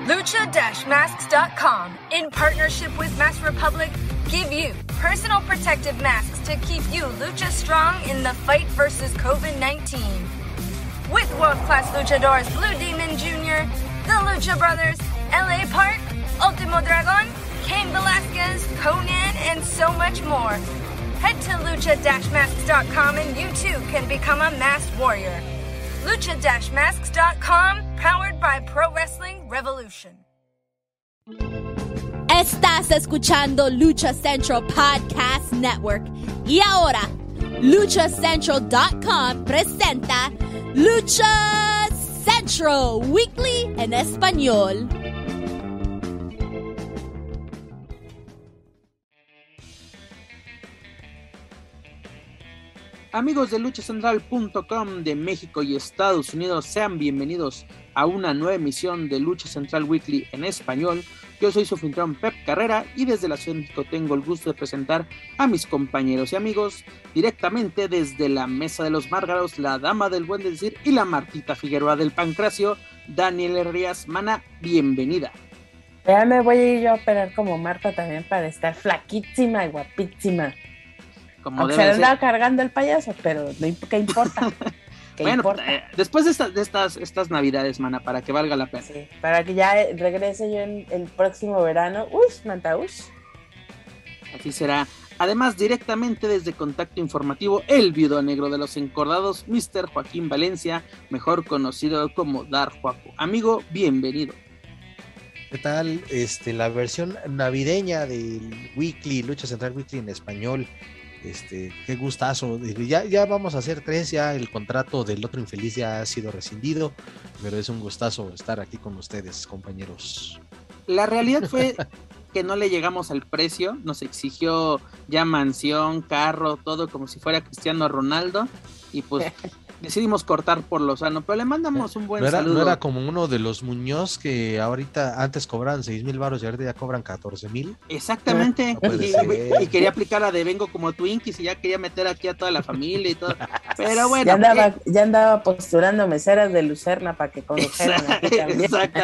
Lucha-Masks.com, in partnership with Mask Republic, give you personal protective masks to keep you lucha strong in the fight versus COVID-19. With world-class luchadors Blue Demon Jr., the Lucha Brothers, LA Park, Ultimo Dragon, Cain Velasquez, Conan, and so much more. Head to Lucha-Masks.com and you too can become a masked warrior. Lucha-Masks.com, powered by Pro Wrestling Revolution. Estás escuchando Lucha Central Podcast Network. Y ahora, LuchaCentral.com presenta Lucha Central Weekly en español. Amigos de luchacentral.com de México y Estados Unidos, sean bienvenidos a una nueva emisión de Lucha Central Weekly en español. Yo soy su anfitrión Pep Carrera y desde la Ciudad de México tengo el gusto de presentar a mis compañeros y amigos directamente desde la Mesa de los Márgaros, la Dama del Buen Decir y la Martita Figueroa del Pancracio, Daniela Rías. Mana, bienvenida. Ya me voy a ir yo a operar como Marta también para estar flaquísima y guapísima. Como aunque se anda cargando el payaso, pero ¿qué importa? Bueno, después de estas navidades, mana, para que valga la pena. Sí, para que ya regrese yo en el próximo verano. Mantaús. Así será. Además, directamente desde Contacto Informativo, el viudo negro de los encordados, Mr. Joaquín Valencia, mejor conocido como Dar Joaco. Amigo, bienvenido. ¿Qué tal? La versión navideña del Weekly, Lucha Central Weekly en español. Qué gustazo. Ya vamos a hacer 3, ya el contrato del otro infeliz ya ha sido rescindido, pero es un gustazo estar aquí con ustedes, compañeros. La realidad fue que no le llegamos al precio, nos exigió ya mansión, carro, todo como si fuera Cristiano Ronaldo, y pues decidimos cortar por lo sano, pero le mandamos un buen saludo. No era como uno de los Muñoz que ahorita antes cobraban 6,000 varos y ahorita ya cobran 14,000. Exactamente, y quería aplicar la de vengo como Twinkies y ya quería meter aquí a toda la familia y todo, pero bueno. Ya andaba posturando meseras de Lucerna para que condujeran aquí también.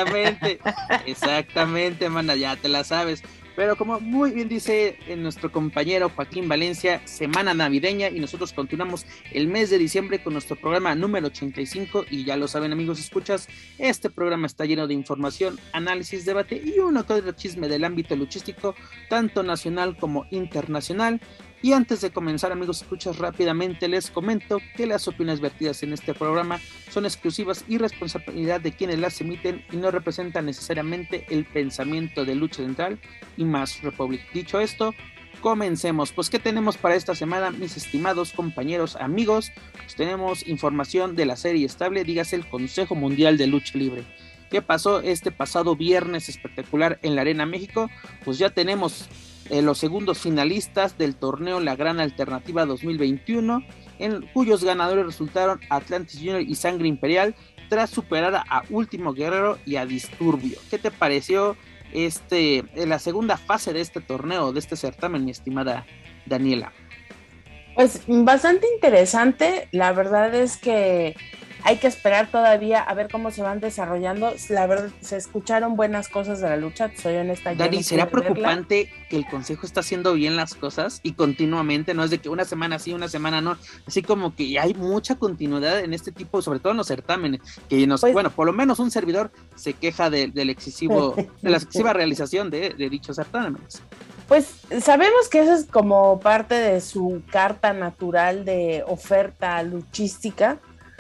Exactamente, mana, ya te la sabes. Pero como muy bien dice nuestro compañero Joaquín Valencia, semana navideña y nosotros continuamos el mes de diciembre con nuestro programa número 85 y ya lo saben, amigos, escuchas, este programa está lleno de información, análisis, debate y uno que otro chisme del ámbito luchístico, tanto nacional como internacional. Y antes de comenzar, amigos, escuchas, rápidamente les comento que las opiniones vertidas en este programa son exclusivas y responsabilidad de quienes las emiten y no representan necesariamente el pensamiento de Lucha Central y Mask Republic. Dicho esto, comencemos. Pues, ¿qué tenemos para esta semana, mis estimados compañeros, amigos? Pues tenemos información de la serie estable, dígase el Consejo Mundial de Lucha Libre. ¿Qué pasó este pasado viernes espectacular en la Arena México? Pues ya tenemos los segundos finalistas del torneo La Gran Alternativa 2021, en cuyos ganadores resultaron Atlantis Junior y Sangre Imperial, tras superar a Último Guerrero y a Disturbio. ¿Qué te pareció la segunda fase de este torneo, de este certamen, mi estimada Daniela? Pues bastante interesante, la verdad es que hay que esperar todavía a ver cómo se van desarrollando. La verdad, se escucharon buenas cosas de la lucha, soy honesta. Dani, ¿será preocupante que el consejo está haciendo bien las cosas y continuamente, no es de que una semana sí, una semana no, así como que hay mucha continuidad en este tipo, sobre todo en los certámenes, que bueno, por lo menos un servidor se queja de la excesiva realización de dichos certámenes? Pues sabemos que eso es como parte de su carta natural de oferta luchística.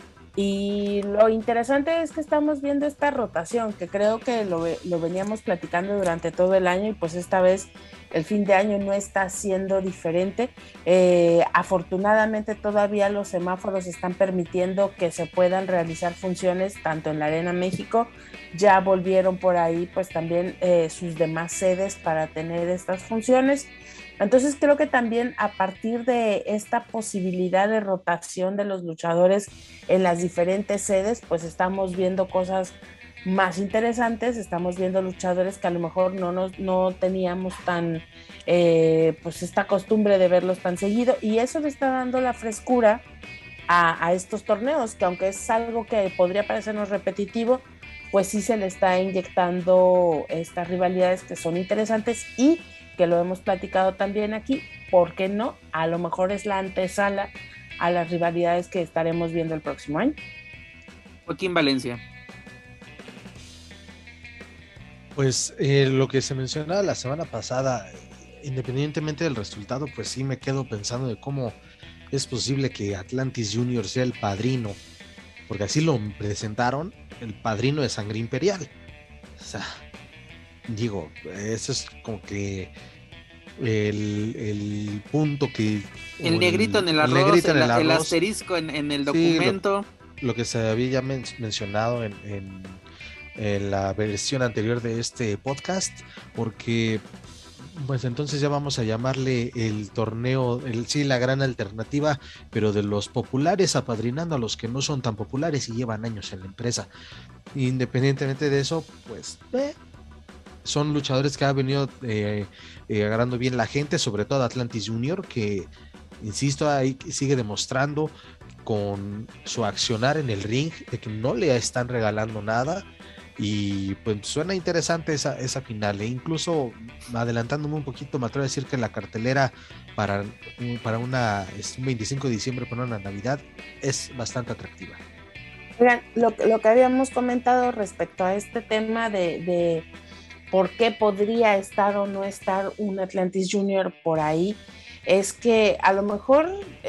Y lo interesante es que estamos viendo esta rotación, que creo que lo veníamos platicando durante todo el año y pues esta vez el fin de año no está siendo diferente. Afortunadamente todavía los semáforos están permitiendo que se puedan realizar funciones tanto en la Arena México, ya volvieron por ahí pues también sus demás sedes para tener estas funciones. Entonces creo que también a partir de esta posibilidad de rotación de los luchadores en las diferentes sedes, pues estamos viendo cosas más interesantes, estamos viendo luchadores que a lo mejor no teníamos tan, pues esta costumbre de verlos tan seguido, y eso le está dando la frescura a estos torneos, que aunque es algo que podría parecernos repetitivo, pues sí se le está inyectando estas rivalidades que son interesantes y que lo hemos platicado también aquí, ¿por qué no? A lo mejor es la antesala a las rivalidades que estaremos viendo el próximo año. Joaquín Valencia. Pues lo que se mencionaba la semana pasada, independientemente del resultado, pues sí me quedo pensando de cómo es posible que Atlantis Junior sea el padrino, porque así lo presentaron, el padrino de Sangre Imperial. O sea, digo, eso es como que el punto que... El negrito en el arroz, negrito en el el arroz, asterisco en el documento. Sí, lo que se había ya mencionado en la versión anterior de este podcast, porque pues entonces ya vamos a llamarle el torneo, sí, la gran alternativa, pero de los populares apadrinando a los que no son tan populares y llevan años en la empresa. Independientemente de eso, pues son luchadores que ha venido agarrando bien la gente, sobre todo Atlantis Junior, que insisto, ahí sigue demostrando con su accionar en el ring de que no le están regalando nada. Y pues suena interesante esa final, incluso adelantándome un poquito, me atrevo a decir que la cartelera para un 25 de diciembre, para una Navidad, es bastante atractiva. Oigan, lo que habíamos comentado respecto a este tema de por qué podría estar o no estar un Atlantis Junior por ahí, es que a lo mejor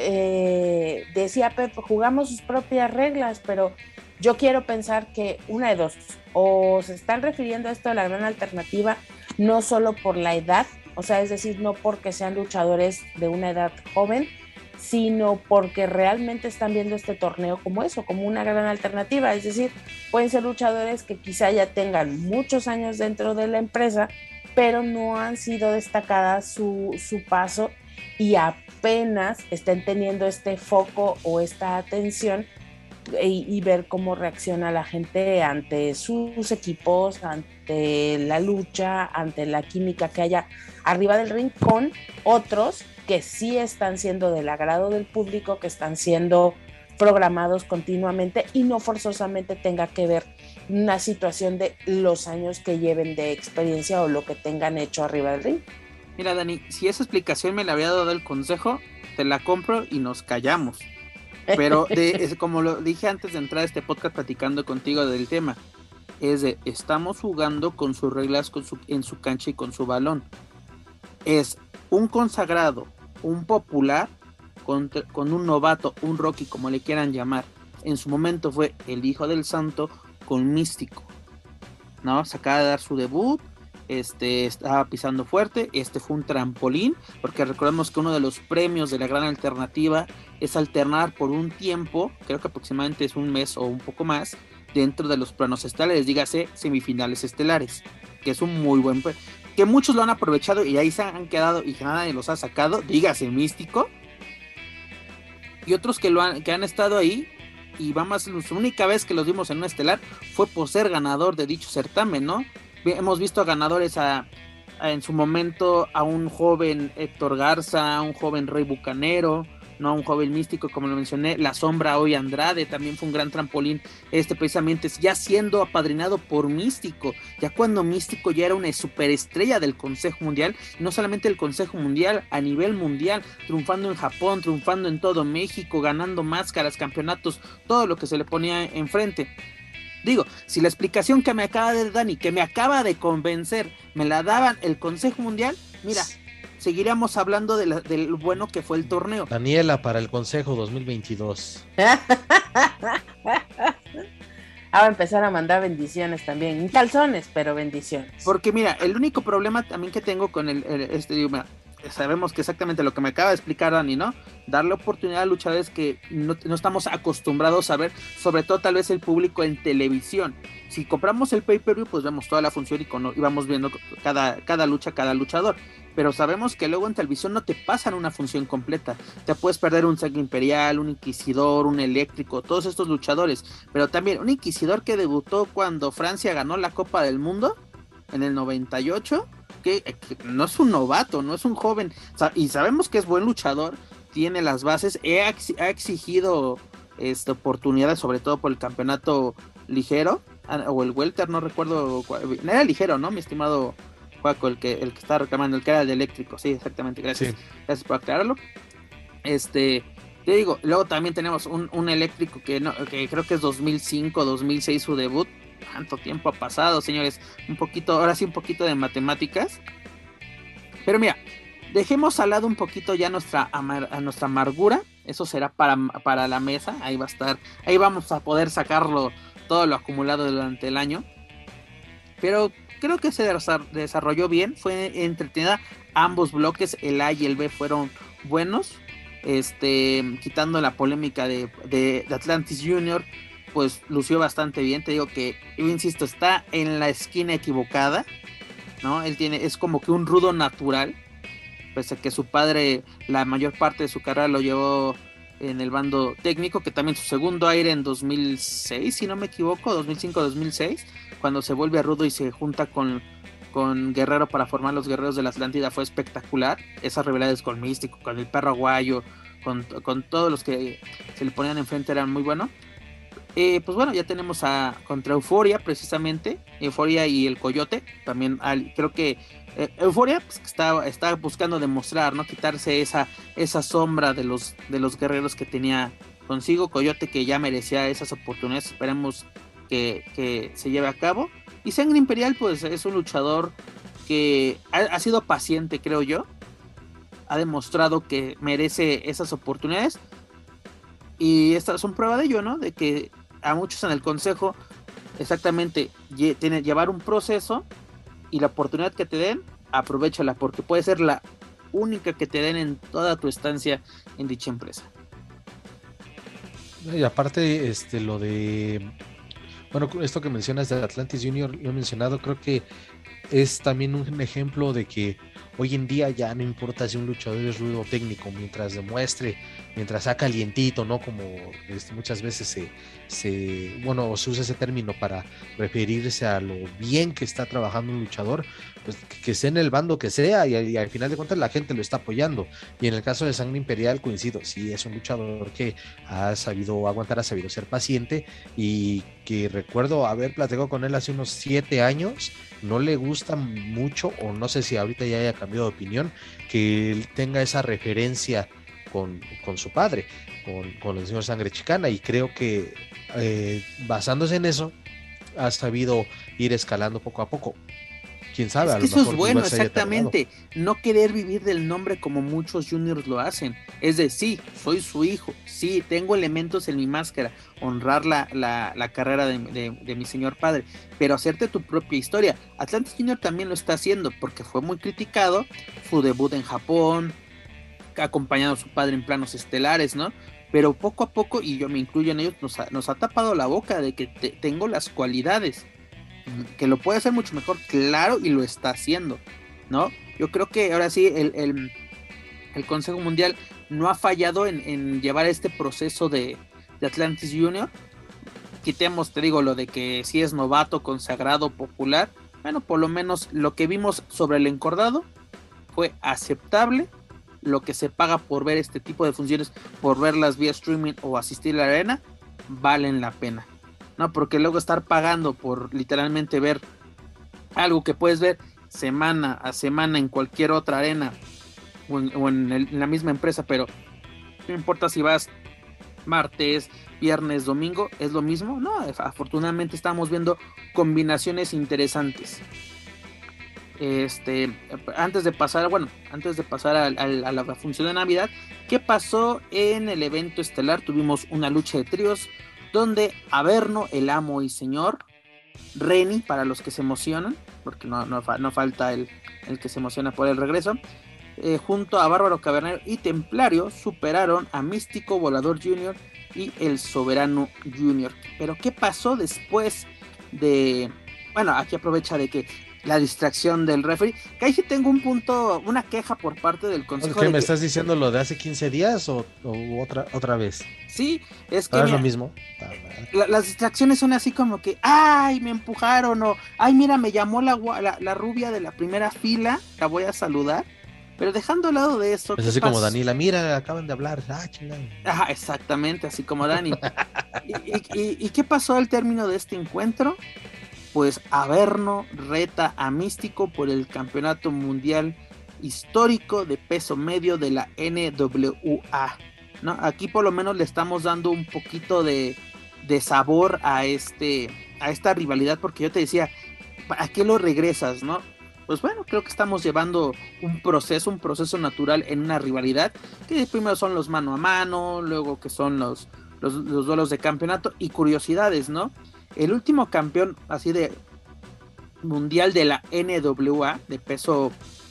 decía Pepe, jugamos sus propias reglas, pero yo quiero pensar que una de dos, o se están refiriendo a esto de la gran alternativa no solo por la edad, o sea, es decir, no porque sean luchadores de una edad joven, sino porque realmente están viendo este torneo como eso, como una gran alternativa, es decir, pueden ser luchadores que quizá ya tengan muchos años dentro de la empresa, pero no han sido destacadas su paso y apenas estén teniendo este foco o esta atención y ver cómo reacciona la gente ante sus equipos, ante la lucha, ante la química que haya arriba del ring con otros que sí están siendo del agrado del público, que están siendo programados continuamente y no forzosamente tenga que ver una situación de los años que lleven de experiencia o lo que tengan hecho arriba del ring. Mira, Dani, si esa explicación me la había dado el consejo, te la compro y nos callamos. Pero como lo dije antes de entrar a este podcast platicando contigo del tema, es de estamos jugando con sus reglas en su cancha y con su balón. Es un consagrado, un popular con un novato, un rookie, como le quieran llamar. En su momento fue el Hijo del Santo con Místico, ¿no? Se acaba de dar su debut. Estaba pisando fuerte, fue un trampolín, porque recordemos que uno de los premios de la gran alternativa es alternar por un tiempo, creo que aproximadamente es un mes o un poco más, dentro de los planos estelares, dígase semifinales estelares, que es un muy buen que muchos lo han aprovechado y ahí se han quedado y nadie los ha sacado, dígase Místico, y otros que han estado ahí. Y vamos, la única vez que los vimos en un estelar fue por ser ganador de dicho certamen, ¿no? Hemos visto a ganadores en su momento a un joven Héctor Garza, a un joven Rey Bucanero, no a un joven Místico, como lo mencioné, La Sombra hoy Andrade, también fue un gran trampolín, precisamente ya siendo apadrinado por Místico, ya cuando Místico ya era una superestrella del Consejo Mundial, no solamente el Consejo Mundial, a nivel mundial, triunfando en Japón, triunfando en todo México, ganando máscaras, campeonatos, todo lo que se le ponía enfrente. Digo, si la explicación que me acaba de dar Dani, que me acaba de convencer, me la daban el Consejo Mundial, mira, seguiríamos hablando del bueno que fue el torneo. Daniela para el Consejo 2022. Va a empezar a mandar bendiciones también, calzones, pero bendiciones. Porque mira, el único problema también que tengo con sabemos que exactamente lo que me acaba de explicar Dani, ¿no? Darle oportunidad a luchadores que no estamos acostumbrados a ver, sobre todo tal vez el público en televisión. Si compramos el pay-per-view, pues vemos toda la función y vamos viendo cada lucha, cada luchador. Pero sabemos que luego en televisión no te pasan una función completa. Te puedes perder un Sangre Imperial, un Inquisidor, un Eléctrico, todos estos luchadores. Pero también un Inquisidor que debutó cuando Francia ganó la Copa del Mundo en el 98, que no es un novato, no es un joven, y sabemos que es buen luchador, tiene las bases, ha exigido oportunidades, sobre todo por el campeonato ligero, o el welter, no recuerdo era ligero, ¿no? Mi estimado Juaco, el que está reclamando, el que era de eléctrico, sí, exactamente, gracias por aclararlo. Te digo, luego también tenemos un eléctrico que creo que es 2005, 2006 su debut. Tanto tiempo ha pasado, señores. Ahora sí un poquito de matemáticas. Pero mira, dejemos al lado un poquito ya nuestra amargura. Eso será para la mesa. Ahí va a estar, ahí vamos a poder sacarlo todo lo acumulado durante el año. Pero creo que se desarrolló bien, fue entretenida. Ambos bloques, el A y el B, fueron buenos. Quitando la polémica de Atlantis Junior, pues lució bastante bien. Te digo que, yo insisto, está en la esquina equivocada, ¿no? Él es como que un rudo natural, pese a que su padre la mayor parte de su carrera lo llevó en el bando técnico, que también su segundo aire en 2006, si no me equivoco, 2005-2006, cuando se vuelve rudo y se junta con Guerrero para formar los Guerreros de la Atlántida, fue espectacular. Esas rivalidades con Místico, con el Perro Aguayo, con todos los que se le ponían enfrente, eran muy buenos. Pues bueno, ya tenemos contra Euforia, precisamente, Euforia y el Coyote, también creo que Euforia pues, está buscando demostrar, ¿no? Quitarse esa sombra de los guerreros que tenía consigo. Coyote, que ya merecía esas oportunidades, esperemos que se lleve a cabo. Y Sangre Imperial, pues es un luchador que ha sido paciente, creo yo. Ha demostrado que merece esas oportunidades. Y estas son prueba de ello, ¿no? De que a muchos en el consejo, exactamente, llevar un proceso y la oportunidad que te den, aprovéchala, porque puede ser la única que te den en toda tu estancia en dicha empresa. Y aparte, lo de... Bueno, esto que mencionas de Atlantis Junior, lo he mencionado, creo que es también un ejemplo de que hoy en día ya no importa si un luchador es rudo o técnico, mientras demuestre, mientras sea calientito, ¿no? Como muchas veces se usa ese término para referirse a lo bien que está trabajando un luchador, pues que sea en el bando que sea, y al final de cuentas la gente lo está apoyando. Y en el caso de Sangre Imperial, coincido, sí es un luchador que ha sabido aguantar, ha sabido ser paciente, y que recuerdo haber platicado con él hace unos 7 años. No le gusta mucho, o no sé si ahorita ya haya cambiado de opinión, que él tenga esa referencia con su padre, con el señor Sangre Chicana, y creo que basándose en eso ha sabido ir escalando poco a poco. Quién sabe, es que eso es bueno, exactamente, no querer vivir del nombre como muchos juniors lo hacen. Es de, sí, soy su hijo, sí, tengo elementos en mi máscara, honrar la carrera de mi señor padre, pero hacerte tu propia historia. Atlantis Junior también lo está haciendo, porque fue muy criticado su debut en Japón, acompañado a su padre en planos estelares, ¿no? Pero poco a poco, y yo me incluyo en ellos, nos ha tapado la boca de que tengo las cualidades, que lo puede hacer mucho mejor, claro, y lo está haciendo, ¿no? Yo creo que ahora sí el Consejo Mundial no ha fallado en llevar este proceso de Atlantis Junior. Quitemos, te digo, lo de que sí es novato, consagrado, popular. Bueno, por lo menos lo que vimos sobre el encordado fue aceptable. Lo que se paga por ver este tipo de funciones, por verlas vía streaming o asistir a la arena, valen la pena. No, porque luego estar pagando por literalmente ver algo que puedes ver semana a semana en cualquier otra arena o en la misma empresa, pero no importa si vas martes, viernes, domingo, es lo mismo. No, afortunadamente estamos viendo combinaciones interesantes. Antes de pasar a la función de Navidad, ¿qué pasó en el evento estelar? Tuvimos una lucha de tríos donde Averno, el amo y señor, Reni, para los que se emocionan, porque no falta el que se emociona por el regreso, junto a Bárbaro Cavernero y Templario, superaron a Místico, Volador Jr. y el Soberano Jr. Pero ¿qué pasó después de...? Bueno, aquí aprovecha de que la distracción del referee, que ahí sí tengo una queja por parte del consejo. ¿Qué me estás diciendo, lo de hace 15 días o otra vez? Sí, es que es lo mismo. Las distracciones son así como que, ay, me empujaron, o ay, mira, me llamó la rubia de la primera fila, la voy a saludar. Pero dejando al lado de eso... Es así como Daniela, mira, acaban de hablar. Chingada. Ajá, exactamente, así como Dani. ¿Y qué pasó al término de este encuentro? Pues Averno reta a Místico por el campeonato mundial histórico de peso medio de la NWA, ¿no? Aquí por lo menos le estamos dando un poquito de sabor a esta rivalidad, porque yo te decía, ¿a qué lo regresas, no? Pues bueno, creo que estamos llevando un proceso natural en una rivalidad, que primero son los mano a mano, luego que son los duelos de campeonato y curiosidades, ¿no? El último campeón así de mundial de la NWA de peso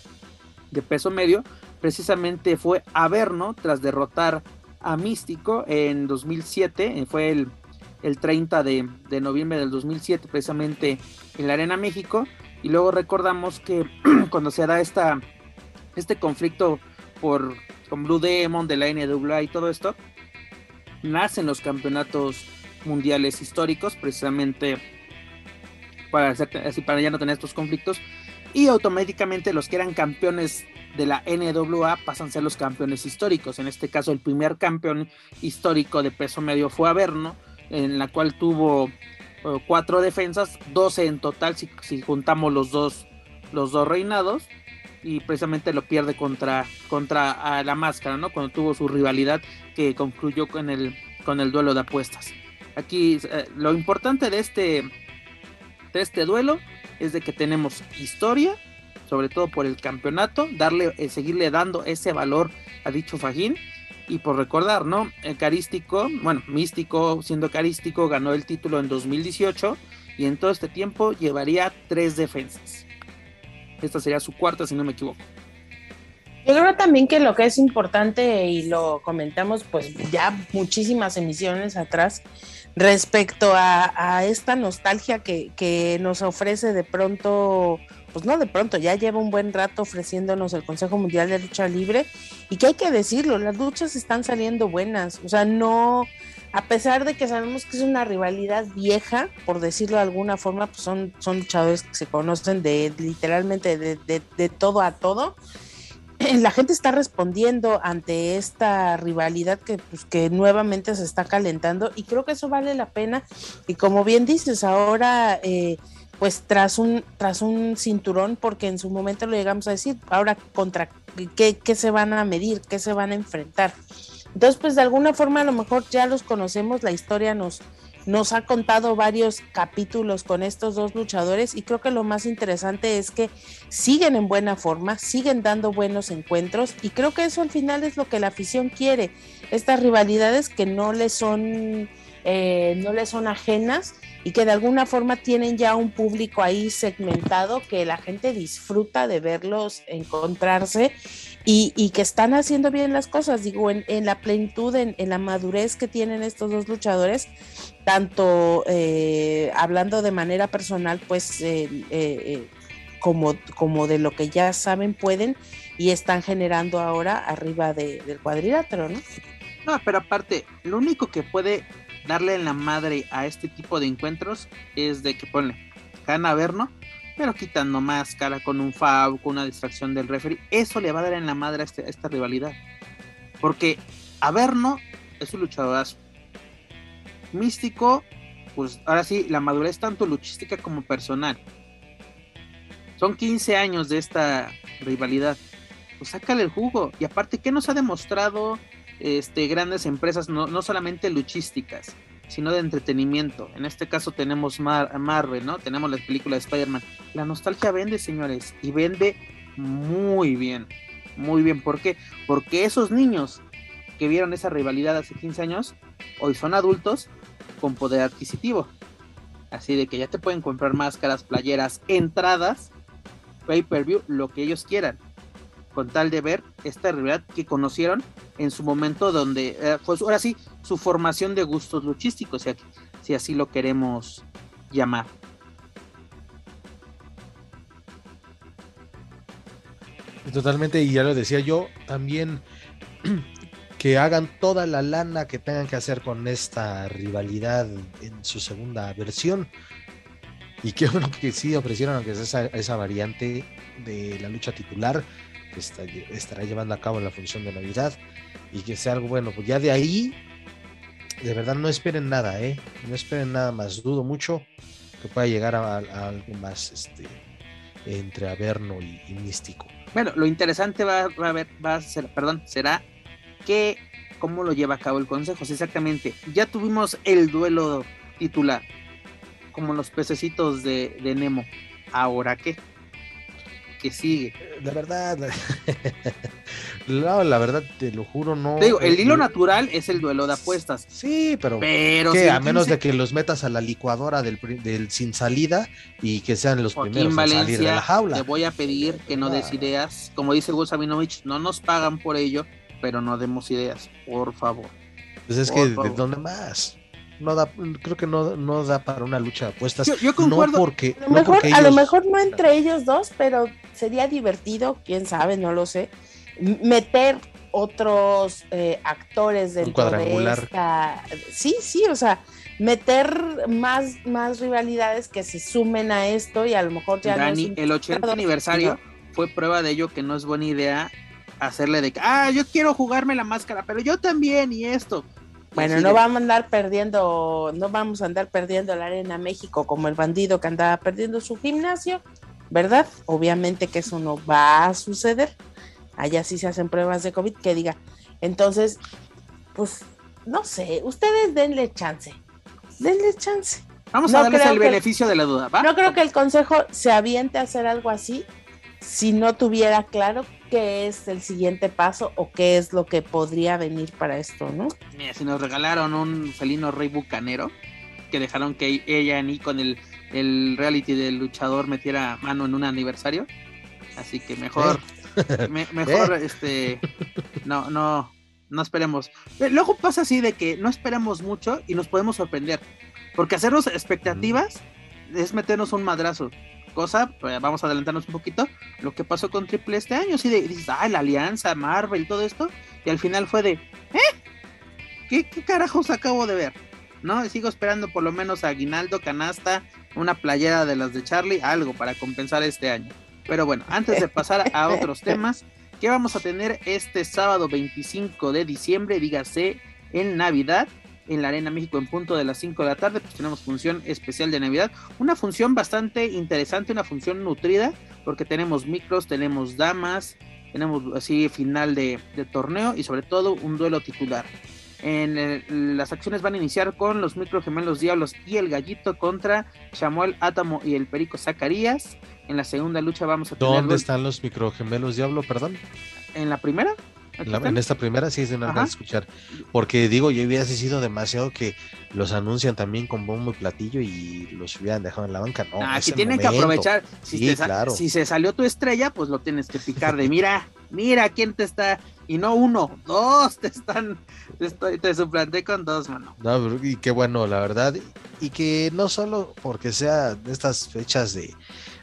medio precisamente fue Averno, tras derrotar a Místico en 2007, fue el 30 de noviembre del 2007 precisamente en la Arena México. Y luego recordamos que cuando se da este conflicto con Blue Demon de la NWA y todo esto, nacen los campeonatos mundiales históricos precisamente para ya no tener estos conflictos, y automáticamente los que eran campeones de la NWA pasan a ser los campeones históricos. En este caso el primer campeón histórico de peso medio fue Averno, en la cual tuvo 4 defensas, 12 en total si juntamos los dos reinados, y precisamente lo pierde contra la Máscara, ¿no? Cuando tuvo su rivalidad que concluyó con el duelo de apuestas. Aquí lo importante de este duelo es de que tenemos historia, sobre todo por el campeonato, seguirle dando ese valor a dicho fajín. Y por recordar, ¿no? Místico, siendo carístico, ganó el título en 2018 y en todo este tiempo llevaría 3 defensas. Esta sería su cuarta, si no me equivoco. Yo creo también que lo que es importante, y lo comentamos pues ya muchísimas emisiones atrás, respecto a esta nostalgia que nos ofrece de pronto, pues no de pronto, ya lleva un buen rato ofreciéndonos el Consejo Mundial de Lucha Libre, y que hay que decirlo, las luchas están saliendo buenas, o sea, no, a pesar de que sabemos que es una rivalidad vieja, por decirlo de alguna forma, pues son luchadores que se conocen literalmente de todo a todo. La gente está respondiendo ante esta rivalidad que nuevamente se está calentando, y creo que eso vale la pena. Y como bien dices, ahora pues tras un cinturón, porque en su momento lo llegamos a decir, ahora contra qué se van a medir, qué se van a enfrentar. Entonces pues de alguna forma a lo mejor ya los conocemos, la historia nos ha contado varios capítulos con estos dos luchadores, y creo que lo más interesante es que siguen en buena forma, siguen dando buenos encuentros, y creo que eso al final es lo que la afición quiere, estas rivalidades que no les son ajenas, y que de alguna forma tienen ya un público ahí segmentado, que la gente disfruta de verlos encontrarse, y que están haciendo bien las cosas, digo, en la plenitud, en la madurez que tienen estos dos luchadores, tanto hablando de manera personal, pues como de lo que ya saben, pueden, y están generando ahora arriba del cuadrilátero, ¿no? No, pero aparte, lo único que puede darle en la madre a este tipo de encuentros es de que gana Averno, pero quitando máscara, con un foul, con una distracción del referee. Eso le va a dar en la madre a esta rivalidad, porque Averno es un luchadorazo. Místico, pues ahora sí, la madurez tanto luchística como personal. Son 15 años de esta rivalidad, pues sácale el jugo. Y aparte, ¿qué nos ha demostrado grandes empresas, no solamente luchísticas, sino de entretenimiento? En este caso tenemos Marvel, ¿no? Tenemos las películas de Spider-Man. La nostalgia vende, señores, y vende muy bien, muy bien. ¿Por qué? Porque esos niños que vieron esa rivalidad hace 15 años, hoy son adultos con poder adquisitivo. Así de que ya te pueden comprar máscaras, playeras, entradas, pay-per-view, lo que ellos quieran, con tal de ver esta rivalidad que conocieron en su momento, donde pues ahora sí, su formación de gustos luchísticos, si así lo queremos llamar. Totalmente, y ya lo decía yo, también que hagan toda la lana que tengan que hacer con esta rivalidad en su segunda versión, Y qué bueno que sí ofrecieron, aunque sea esa variante de la lucha titular, que estará llevando a cabo en la función de Navidad, y que sea algo bueno. Pues ya de ahí, de verdad, no esperen nada, no esperen nada más. Dudo mucho que pueda llegar a algo más entre Averno y Místico. Bueno, lo interesante será que cómo lo lleva a cabo el consejo. Sí, exactamente, ya tuvimos el duelo titular, como los pececitos de Nemo. ¿Ahora qué? ¿Qué sigue? La verdad, no, la verdad, te lo juro, no. Te digo, el hilo natural es el duelo de apuestas. Sí, pero ¿qué? A menos de que los metas a la licuadora del sin salida y que sean los Joaquín primeros Valencia, en salir de la jaula. Te voy a pedir que no des ideas. Como dice Gus Sabinovich, no nos pagan por ello, pero no demos ideas, por favor. Pues es que, ¿de dónde más? No da, creo que no da para una lucha de apuestas. Yo concuerdo. A lo mejor no entre ellos dos, pero sería divertido, quién sabe, no lo sé, meter otros actores dentro de esta. Sí, o sea, meter más rivalidades que se sumen a esto, y a lo mejor ya Dani, el 80 aniversario fue prueba de ello, que no es buena idea hacerle de yo quiero jugarme la máscara, pero yo también, y esto. Bueno, no vamos a andar perdiendo la Arena México como el bandido que andaba perdiendo su gimnasio, ¿verdad? Obviamente que eso no va a suceder. Allá sí se hacen pruebas de COVID, que diga. Entonces, pues, no sé, ustedes denle chance. Vamos a darles el beneficio de la duda, ¿va? No creo que el consejo se aviente a hacer algo así si no tuviera claro qué es el siguiente paso o qué es lo que podría venir para esto, ¿no? Mira, si nos regalaron un felino rey bucanero, que dejaron que ella ni con el reality del luchador metiera mano en un aniversario, así que mejor no esperemos. Luego pasa así de que no esperamos mucho y nos podemos sorprender, porque hacernos expectativas es meternos un madrazo. Vamos a adelantarnos un poquito, lo que pasó con Triple este año, sí, dices, la alianza, Marvel, todo esto, y al final fue de, ¿qué carajos acabo de ver? ¿No? Y sigo esperando por lo menos aguinaldo, canasta, una playera de las de Charlie, algo para compensar este año. Pero bueno, antes de pasar a otros temas, ¿qué vamos a tener este sábado 25 de diciembre? Dígase, en Navidad, en la Arena México, en punto de las 5 de la tarde, pues tenemos función especial de Navidad, una función bastante interesante, una función nutrida, porque tenemos micros, tenemos damas, tenemos así final de torneo, y sobre todo un duelo titular. Las acciones van a iniciar con los microgemelos Diablos y el Gallito contra Samuel Átamo y el Perico Zacarías. En la segunda lucha vamos a tener... ¿Dónde están los microgemelos Diablo, perdón? ¿En la primera? En esta primera sí es de una escuchar, porque digo, yo hubiera sido demasiado que los anuncian también con bombo y platillo y los hubieran dejado en la banca. No, aquí tienen que aprovechar. Si se salió tu estrella, pues lo tienes que picar de mira quién te está, y no uno, dos te suplanté con dos, mano. No, y qué bueno, la verdad, y que no solo porque sea de estas fechas de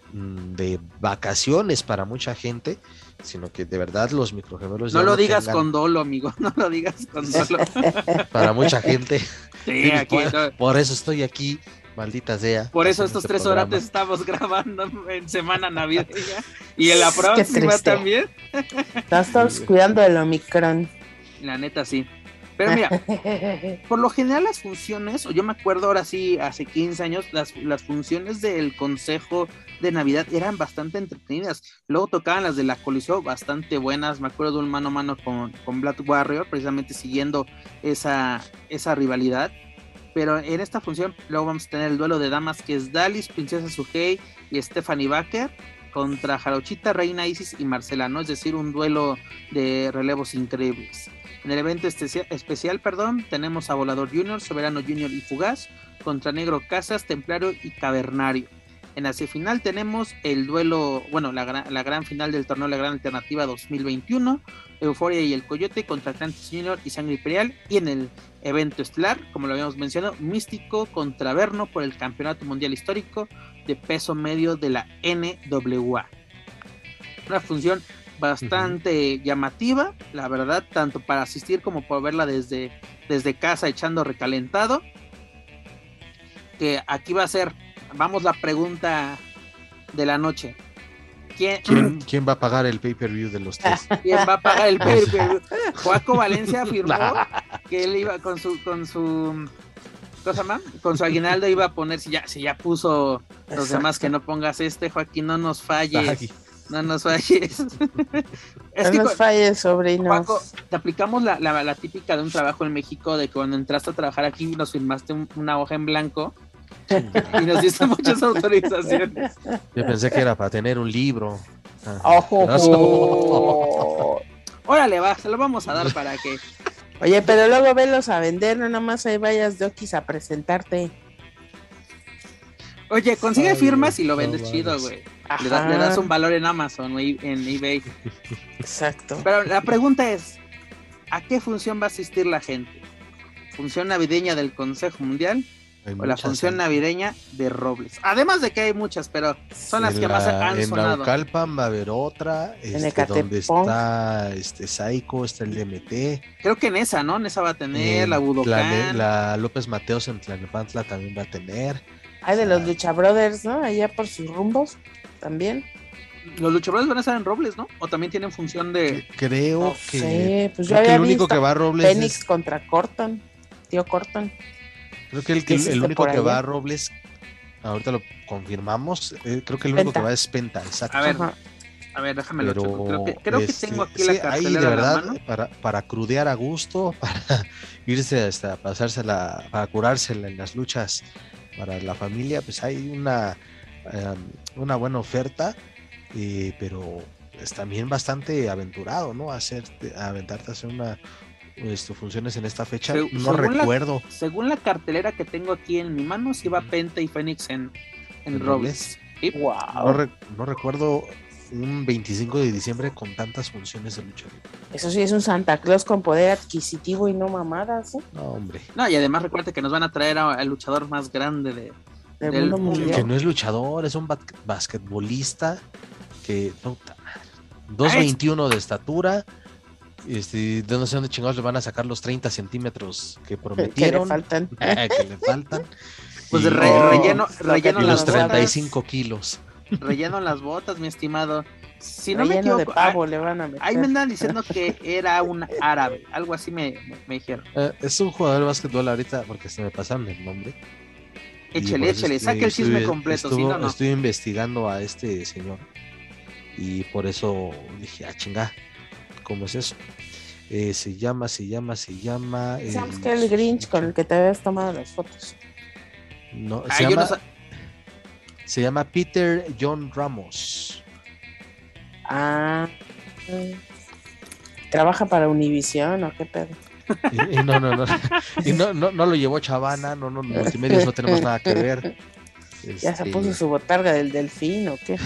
vacaciones para mucha gente, sino que de verdad los microgemelos no lo digas con dolo, amigo, no lo digas con dolo. Para mucha gente. Sí, aquí, por eso estoy aquí, maldita sea. Por eso estos 3 horas estamos grabando en semana navideña, y en la próxima también. Estás cuidando del Omicron. La neta sí. Pero mira, por lo general las funciones, o yo me acuerdo ahora sí, hace 15 años, las funciones del Consejo de Navidad eran bastante entretenidas. Luego tocaban las de la Coliseo, bastante buenas. Me acuerdo de un mano a mano con Black Warrior, precisamente siguiendo esa rivalidad. Pero en esta función luego vamos a tener el duelo de damas, que es Dalis, Princesa Suhei y Stephanie Baker, contra Jarochita, Reina Isis y Marcela, ¿no? Es decir, un duelo de relevos increíbles. En el evento especial, tenemos a Volador Junior, Soberano Junior y Fugaz contra Negro Casas, Templario y Cavernario. En la semifinal tenemos el duelo, la gran final del torneo, la Gran Alternativa 2021, Euforia y el Coyote contra Atlantis Junior y Sangre Imperial. Y en el evento estelar, como lo habíamos mencionado, Místico contra Averno por el Campeonato Mundial Histórico de peso medio de la NWA. Una función bastante llamativa, la verdad, tanto para asistir como por verla desde casa echando recalentado, que aquí va a ser vamos la pregunta de la noche. ¿Quién va a pagar el pay-per-view de los tres? ¿Quién va a pagar el pay-per-view? Joaco Valencia afirmó que él iba con su ¿cómo se llama? Con su aguinaldo iba a poner, si ya puso los demás, que no pongas Joaquín, no nos falles. No nos falles. No nos falles, sobrino. Joaco, te aplicamos la típica de un trabajo en México, de que cuando entraste a trabajar aquí nos firmaste una hoja en blanco y nos diste muchas autorizaciones. Yo pensé que era para tener un libro. Órale, va, se lo vamos a dar para que... Oye, pero luego velos a vender, no nada más ahí vayas de Oquis a presentarte. Oye, consigue firmas y lo vendes chido, güey. Le das un valor en Amazon o en eBay. Exacto. Pero la pregunta es, ¿a qué función va a asistir la gente? ¿Función navideña del Consejo Mundial o la función navideña de Robles? Además de que hay muchas, pero son las que más han sonado. En Naucalpan va a haber otra, donde está Saico, está el DMT. Creo que en esa, ¿no? En esa va a tener la Budocán. La López Mateos en Tlalnepantla también va a tener. Hay de los Lucha Brothers, ¿no? Allá por sus rumbos también. Los Lucha Brothers van a estar en Robles, ¿no? O también tienen función de... Creo que... Sí, pues yo creo que había el único visto que va a Robles Fénix contra Corton, tío Corton. Creo que el único que va a Robles, ahorita lo confirmamos, creo que el único que va es Penta, exacto. A ver, déjame lo checo. Creo que tengo aquí la cartelera. Ahí de verdad, para crudear a gusto, para irse hasta pasársela, para curársela en las luchas para la familia, pues hay una buena oferta, pero es también bastante aventurado, ¿no? Aventarte a hacer funciones en esta fecha. No recuerdo. Según la cartelera que tengo aquí en mi mano, sí va Penta y Fénix en Robles. ¿Sí? Wow. No recuerdo un 25 de diciembre con tantas funciones de lucha libre. Eso sí es un Santa Claus con poder adquisitivo y no mamadas, ¿eh? No, hombre. No, y además recuerda que nos van a traer al luchador más grande del mundo mundial. Que no es luchador, es un basquetbolista que 2.21 de estatura. De no sé dónde chingados le van a sacar los 30 centímetros que prometieron. Que le faltan. Pues relleno y los 35 kilos. Relleno las botas, mi estimado. Si no relleno me equivoco, de pavo le van a meter. Ahí me andan diciendo que era un árabe, algo así me dijeron. Es un jugador de básquetbol ahorita, porque se me pasaron el nombre. Échale, saque el chisme completo. No. Estoy investigando a este señor y por eso dije, chinga, ¿cómo es eso? Se llama. Sabes que el Grinch con el que te habías tomado las fotos. No, se llama Peter John Ramos. ¿Trabaja para Univision o qué pedo? Y no lo llevó Chavana, multimedios no tenemos nada que ver. Ya se puso su botarga del delfín o qué.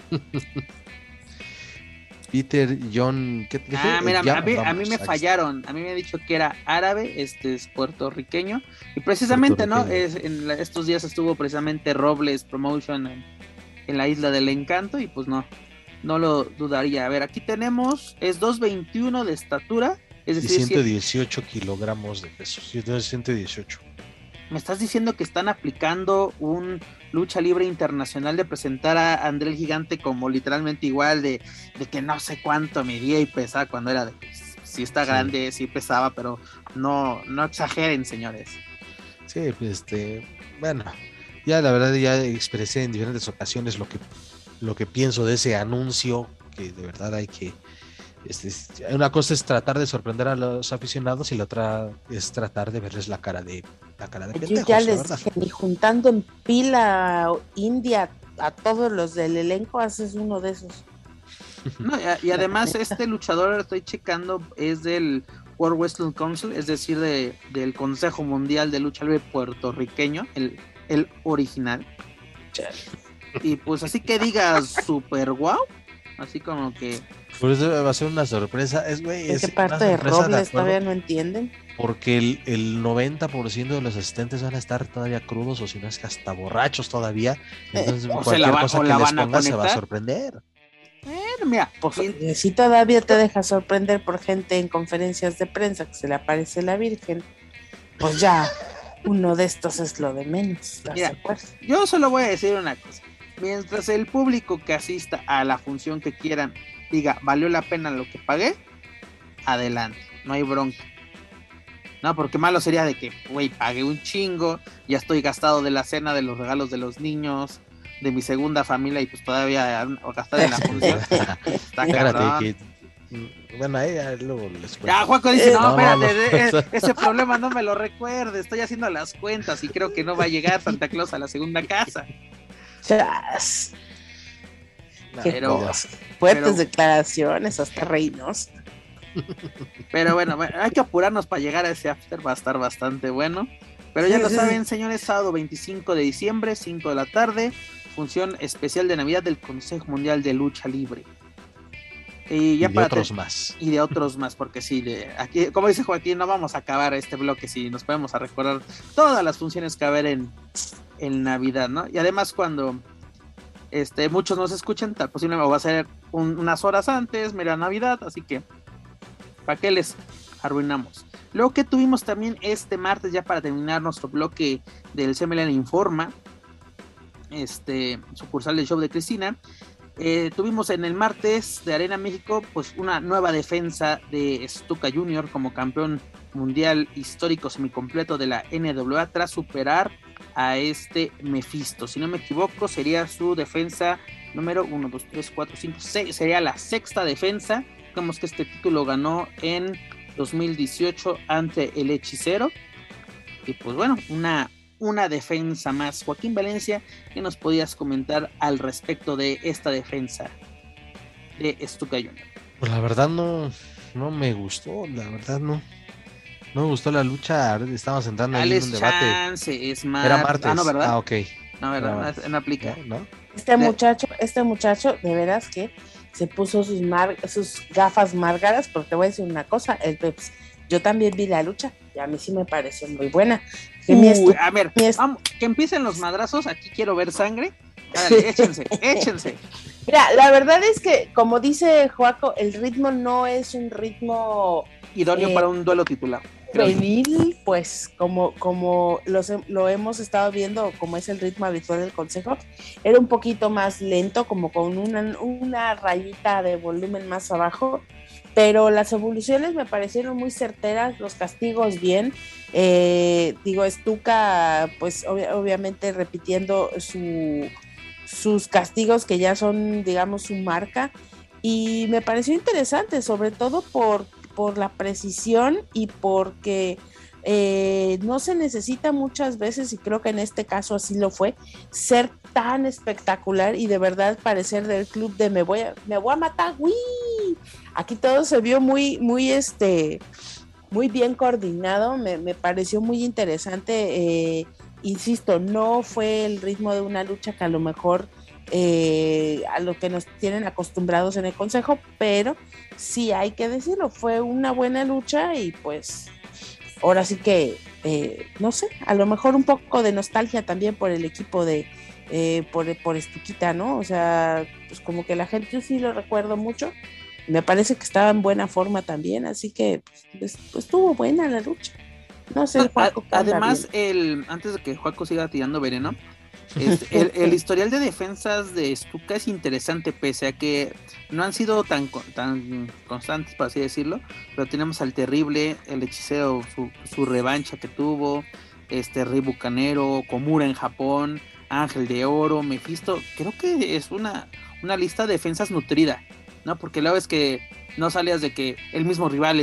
Peter John, ¿qué te dije? Mira, a mí me fallaron. A mí me ha dicho que era árabe, es puertorriqueño. Y precisamente, ¿no? En estos días estuvo precisamente Robles Promotion en la Isla del Encanto. Y pues no lo dudaría. A ver, aquí tenemos, es 2.21 de estatura. Es decir, 118 kilogramos de peso. 118. ¿Me estás diciendo que están aplicando un lucha libre internacional de presentar a André el Gigante como literalmente igual de que no sé cuánto medía y pesaba cuando era sí está grande, sí pesaba, pero no exageren, señores? Sí, pues bueno, ya la verdad ya expresé en diferentes ocasiones lo que pienso de ese anuncio, que de verdad hay que una cosa es tratar de sorprender a los aficionados y la otra es tratar de verles la cara de pendejos. Yo ya les dije, ni juntando en pila india a todos los del elenco haces uno de esos. No, y además este luchador, estoy checando, es del World Wrestling Council, es decir, del Consejo Mundial de Lucha Libre puertorriqueño, el original. Y pues así que digas super guau, así como que... Por eso va a ser una sorpresa. ¿En qué parte de Robles todavía no entienden? Porque el 90% de los asistentes van a estar todavía crudos, o si no es que hasta borrachos todavía. Entonces cualquier cosa que les ponga se va a sorprender. Mira, si todavía te deja sorprender por gente en conferencias de prensa que se le aparece la Virgen, pues ya Uno de estos es lo de menos, ¿estás de acuerdo? Yo solo voy a decir una cosa. Mientras el público que asista a la función que quieran diga, valió la pena lo que pagué, adelante, no hay bronca. No, porque malo sería de que, güey, pagué un chingo, ya estoy gastado de la cena, de los regalos de los niños, de mi segunda familia y pues todavía gastar en la función. Está cabrón. Bueno, ahí luego les cuento. Ya, Juaco dice, no, espérate, ese problema no me lo recuerde, estoy haciendo las cuentas y creo que no va a llegar Santa Claus a la segunda casa. Chas. Fuertes declaraciones, hasta reinos. Pero bueno, hay que apurarnos para llegar a ese after, va a estar bastante bueno. Pero ya lo saben, señores, sábado 25 de diciembre, 5 de la tarde, función especial de Navidad del Consejo Mundial de Lucha Libre. Y de otros más, porque sí, aquí, como dice Joaquín, no vamos a acabar este bloque si nos podemos a recordar todas las funciones que va a haber en Navidad, ¿no? Y además cuando muchos nos escuchen, tal posiblemente va a ser unas horas antes, mira Navidad, así que ¿para qué les arruinamos? Luego que tuvimos también este martes, ya para terminar nuestro bloque del CMLN Informa, sucursal del show de Cristina, tuvimos en el martes de Arena México pues una nueva defensa de Stuka Jr. como campeón mundial histórico semicompleto de la NWA tras superar a Mephisto. Si no me equivoco, sería su defensa número 1, 2, 3, 4, 5, 6, sería la sexta defensa. Vemos que este título ganó en 2018 ante el Hechicero. Y pues bueno, una defensa más. Joaquín Valencia, ¿qué nos podías comentar al respecto de esta defensa de Stuka Jr.? Pues la verdad no me gustó, la verdad no me gustó la lucha. Estábamos entrando ahí en un debate. Era martes. No, ¿verdad? Ah, ok. No, ¿verdad? No aplica. ¿No? Este muchacho, de veras que se puso sus gafas márgaras, porque te voy a decir una cosa, yo también vi la lucha y a mí sí me pareció muy buena. A ver, vamos, que empiecen los madrazos, aquí quiero ver sangre. Dale, échense. Mira, la verdad es que, como dice Joaco, el ritmo no es un ritmo idóneo para un duelo titular. Juvenil, pues como lo hemos estado viendo, como es el ritmo habitual del Consejo, era un poquito más lento, como con una rayita de volumen más abajo, pero las evoluciones me parecieron muy certeras, los castigos bien. Stuka, pues obviamente repitiendo sus castigos que ya son, digamos, su marca, y me pareció interesante, sobre todo por la precisión y porque no se necesita muchas veces, y creo que en este caso así lo fue, ser tan espectacular y de verdad parecer del club de me voy a matar, ¡uy! Aquí todo se vio muy bien coordinado, me pareció muy interesante. Insisto, no fue el ritmo de una lucha que a lo mejor a lo que nos tienen acostumbrados en el Consejo, pero sí hay que decirlo, fue una buena lucha y pues ahora sí que no sé, a lo mejor un poco de nostalgia también por el equipo por Stuquita, ¿no? O sea, pues como que la gente, yo sí lo recuerdo mucho, me parece que estaba en buena forma también, así que pues estuvo buena la lucha. No sé, Juaco, además, antes de que Juaco siga tirando veneno, el historial de defensas de Stuka es interesante, pese a que no han sido tan constantes, por así decirlo, pero tenemos al Terrible, el Hechicero, su revancha que tuvo, Rey Bucanero, Komura en Japón, Ángel de Oro, Mephisto. Creo que es una lista de defensas nutrida, ¿no? Porque luego es que no salías de que el mismo rival.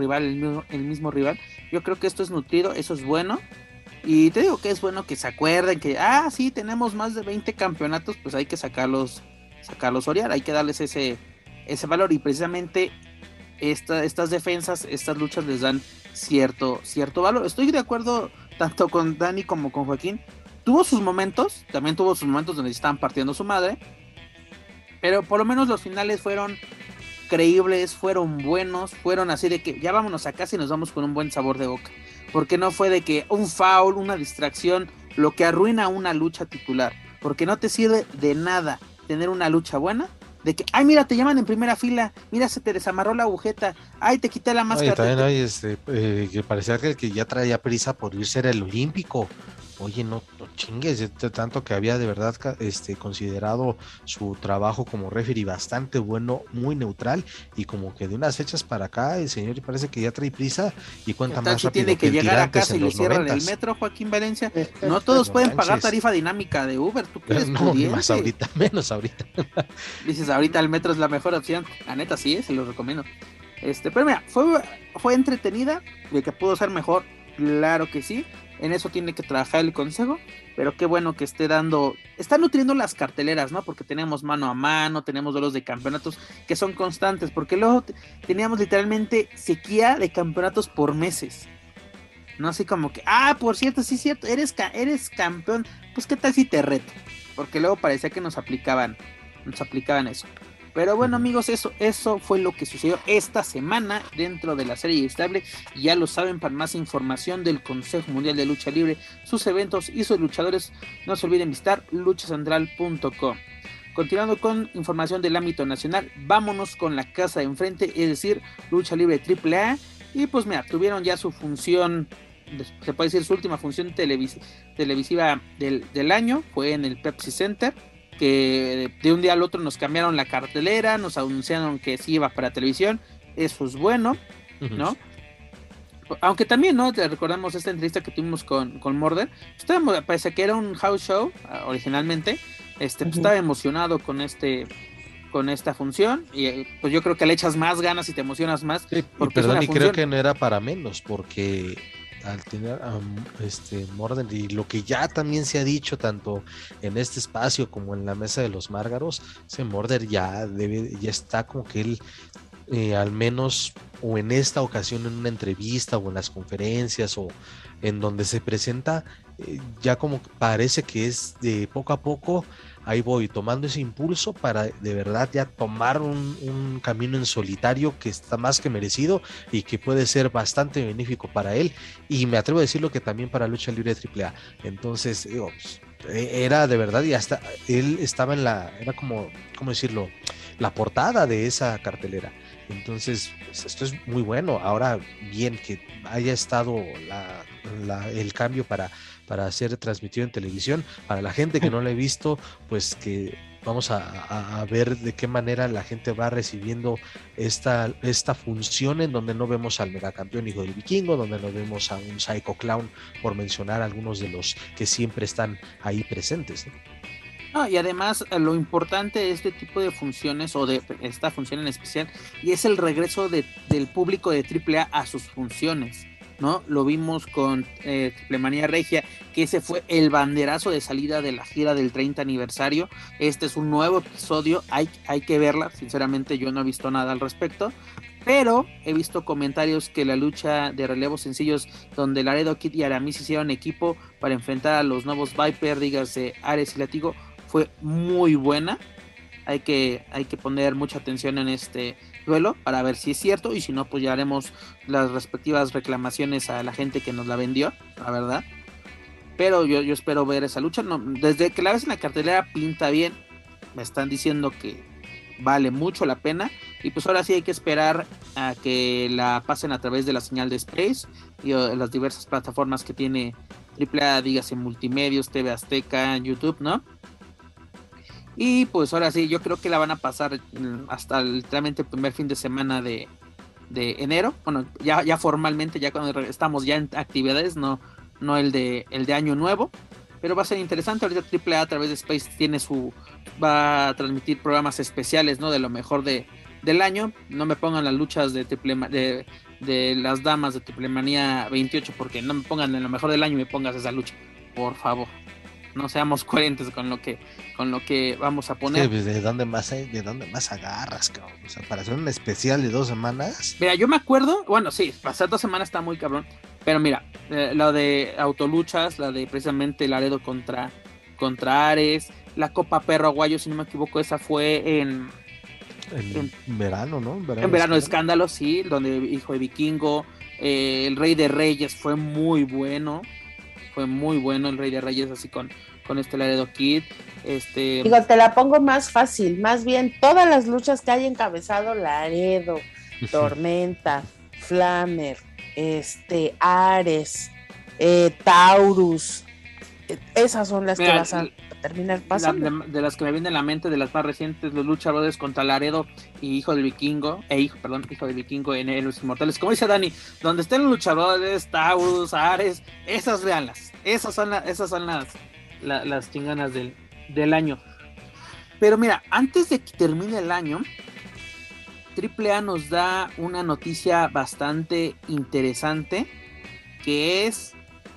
Yo creo que esto es nutrido, eso es bueno. Y te digo que es bueno que se acuerden que, sí, tenemos más de 20 campeonatos, pues hay que sacarlos orear, hay que darles ese valor. Y precisamente estas defensas, estas luchas les dan cierto valor. Estoy de acuerdo tanto con Dani como con Joaquín. También tuvo sus momentos donde estaban partiendo su madre, pero por lo menos los finales fueron creíbles, fueron buenos, fueron así de que ya vámonos a casa y nos vamos con un buen sabor de boca, porque no fue de que un foul, una distracción, lo que arruina una lucha titular, porque no te sirve de nada tener una lucha buena de que, ay, mira, te llaman en primera fila, mira, se te desamarró la agujeta, ay, te quité la máscara. También hay que parecía que el que ya traía prisa por irse era el olímpico. Oye, no chingues, tanto que había de verdad considerado su trabajo como referee bastante bueno, muy neutral, y como que de unas fechas para acá el señor parece que ya trae prisa y cuenta más rápido tiene que llegar a casa y le cierran 90s. El metro, Joaquín Valencia. No todos pueden pagar tarifa dinámica de Uber, tú eres pudiente. Más ahorita, menos ahorita. Dices, ahorita el metro es la mejor opción. La neta sí, se lo recomiendo. Pero mira, fue entretenida, de que pudo ser mejor, claro que sí. En eso tiene que trabajar el consejo, pero qué bueno que está nutriendo las carteleras, ¿no? Porque tenemos mano a mano, tenemos duelos de campeonatos que son constantes, porque luego teníamos literalmente sequía de campeonatos por meses, no así como que, por cierto, sí es cierto, eres campeón, pues qué tal si te reto, porque luego parecía que nos aplicaban eso. Pero bueno, amigos, eso fue lo que sucedió esta semana dentro de la serie estable. Y ya lo saben, para más información del Consejo Mundial de Lucha Libre, sus eventos y sus luchadores, no se olviden visitar luchacentral.com. Continuando con información del ámbito nacional, vámonos con la casa de enfrente, es decir, Lucha Libre AAA. Y pues mira, tuvieron ya su función, se puede decir su última función televisiva del año, fue en el Pepsi Center, que de un día al otro nos cambiaron la cartelera, nos anunciaron que sí iba para televisión, eso es bueno, ¿no? Aunque también, ¿no? Te recordamos esta entrevista que tuvimos con Mordor, parece que era un house show originalmente, pues estaba emocionado con esta función, y pues yo creo que le echas más ganas y te emocionas más. Sí, y creo que no era para menos, porque al tener Morden, y lo que ya también se ha dicho tanto en este espacio como en la mesa de los Márgaros, ese Morden ya está como que él al menos, o en esta ocasión en una entrevista o en las conferencias o en donde se presenta, ya como parece que es de poco a poco, ahí voy tomando ese impulso para de verdad ya tomar un camino en solitario que está más que merecido y que puede ser bastante benéfico para él, y me atrevo a decirlo que también para Lucha Libre AAA. Entonces, era de verdad, y hasta él estaba era como, ¿cómo decirlo?, la portada de esa cartelera. Entonces, pues, esto es muy bueno. Ahora bien, que haya estado el cambio para ser transmitido en televisión, para la gente que no lo ha visto, pues que vamos a ver de qué manera la gente va recibiendo esta función, en donde no vemos al megacampeón hijo del vikingo, donde no vemos a un Psycho Clown, por mencionar algunos de los que siempre están ahí presentes, ¿no? Y además lo importante de este tipo de funciones, o de esta función en especial, y es el regreso del público de AAA a sus funciones, ¿no? Lo vimos con Triplemanía Regia, que ese fue el banderazo de salida de la gira del 30 aniversario. Este es un nuevo episodio, hay que verla. Sinceramente yo no he visto nada al respecto, pero he visto comentarios que la lucha de relevos sencillos, donde Laredo Kid y Aramis hicieron equipo para enfrentar a los nuevos Viper, dígase Ares y Látigo, fue muy buena. Hay que poner mucha atención en este duelo para ver si es cierto, y si no, pues ya haremos las respectivas reclamaciones a la gente que nos la vendió, la verdad. Pero yo espero ver esa lucha. No, desde que la ves en la cartelera pinta bien, me están diciendo que vale mucho la pena, y pues ahora sí hay que esperar a que la pasen a través de la señal de Space y las diversas plataformas que tiene AAA, dígase Multimedios, TV Azteca, YouTube, ¿no? Y pues ahora sí, yo creo que la van a pasar hasta literalmente el primer fin de semana de enero. Bueno, ya formalmente, ya cuando estamos ya en actividades, no el de Año Nuevo. Pero va a ser interesante. Ahorita AAA a través de Space va a transmitir programas especiales, ¿no? De lo mejor del año. No me pongan las luchas de las damas de Triplemanía 28, porque no me pongan en lo mejor del año y me pongas esa lucha, por favor. No seamos coherentes con lo que vamos a poner. Sí, pues, ¿de dónde más agarras, cabrón? O sea, para hacer un especial de 2 semanas. Mira, yo me acuerdo, bueno, sí, pasar 2 semanas está muy cabrón, pero mira, la de autoluchas, la de precisamente Laredo contra Ares, la Copa Perro Aguayo, si no me equivoco, esa fue en verano, ¿no? En verano de escándalo, sí, donde hijo de vikingo, el Rey de Reyes fue muy bueno el Rey de Reyes, así con con este Laredo Kid. Digo, te la pongo más fácil, más bien todas las luchas que hay encabezado Laredo, Tormenta, Flamer, Ares, Taurus, esas son las que vas a terminar pasando. De las que me vienen a la mente, de las más recientes, los Lucha Brothers contra Laredo y Hijo del Vikingo, Hijo del Vikingo en Los Inmortales, como dice Dani, donde estén los Lucha Brothers, Taurus, Ares, esas véanlas, esas son las chinganas del año. Pero mira, antes de que termine el año, AAA nos da una noticia bastante interesante, que es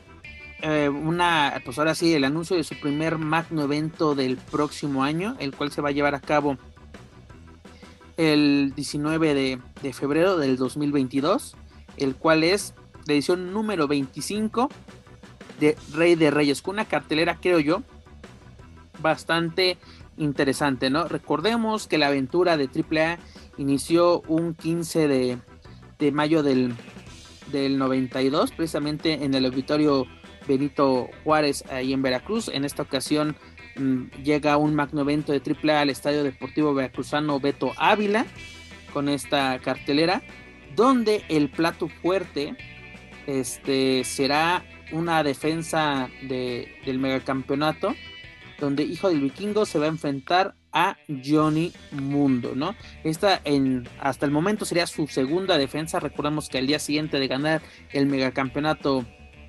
pues ahora sí, el anuncio de su primer magno evento del próximo año, el cual se va a llevar a cabo el 19 de febrero del 2022, el cual es la edición número 25 de Rey de Reyes, con una cartelera, creo yo, bastante interesante, ¿no? Recordemos que la aventura de AAA inició un 15 de mayo del 92, precisamente en el auditorio Benito Juárez, ahí en Veracruz. En esta ocasión llega un magno evento de AAA al Estadio Deportivo Veracruzano Beto Ávila, con esta cartelera, donde el plato fuerte será una defensa del megacampeonato, donde Hijo del Vikingo se va a enfrentar a Johnny Mundo, ¿no? Esta hasta el momento sería su segunda defensa. Recordemos que al día siguiente de ganar el megacampeonato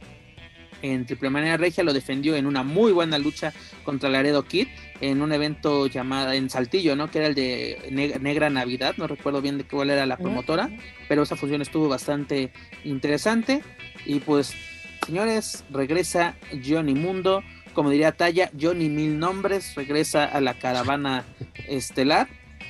en Triple Manía Regia, lo defendió en una muy buena lucha contra Laredo Kid, en un evento llamado en Saltillo, ¿no? Que era el de Negra Navidad, no recuerdo bien de cuál era la promotora, pero esa función estuvo bastante interesante. Y pues, señores, regresa Johnny Mundo, como diría Talla, Johnny Mil Nombres, regresa a la caravana estelar.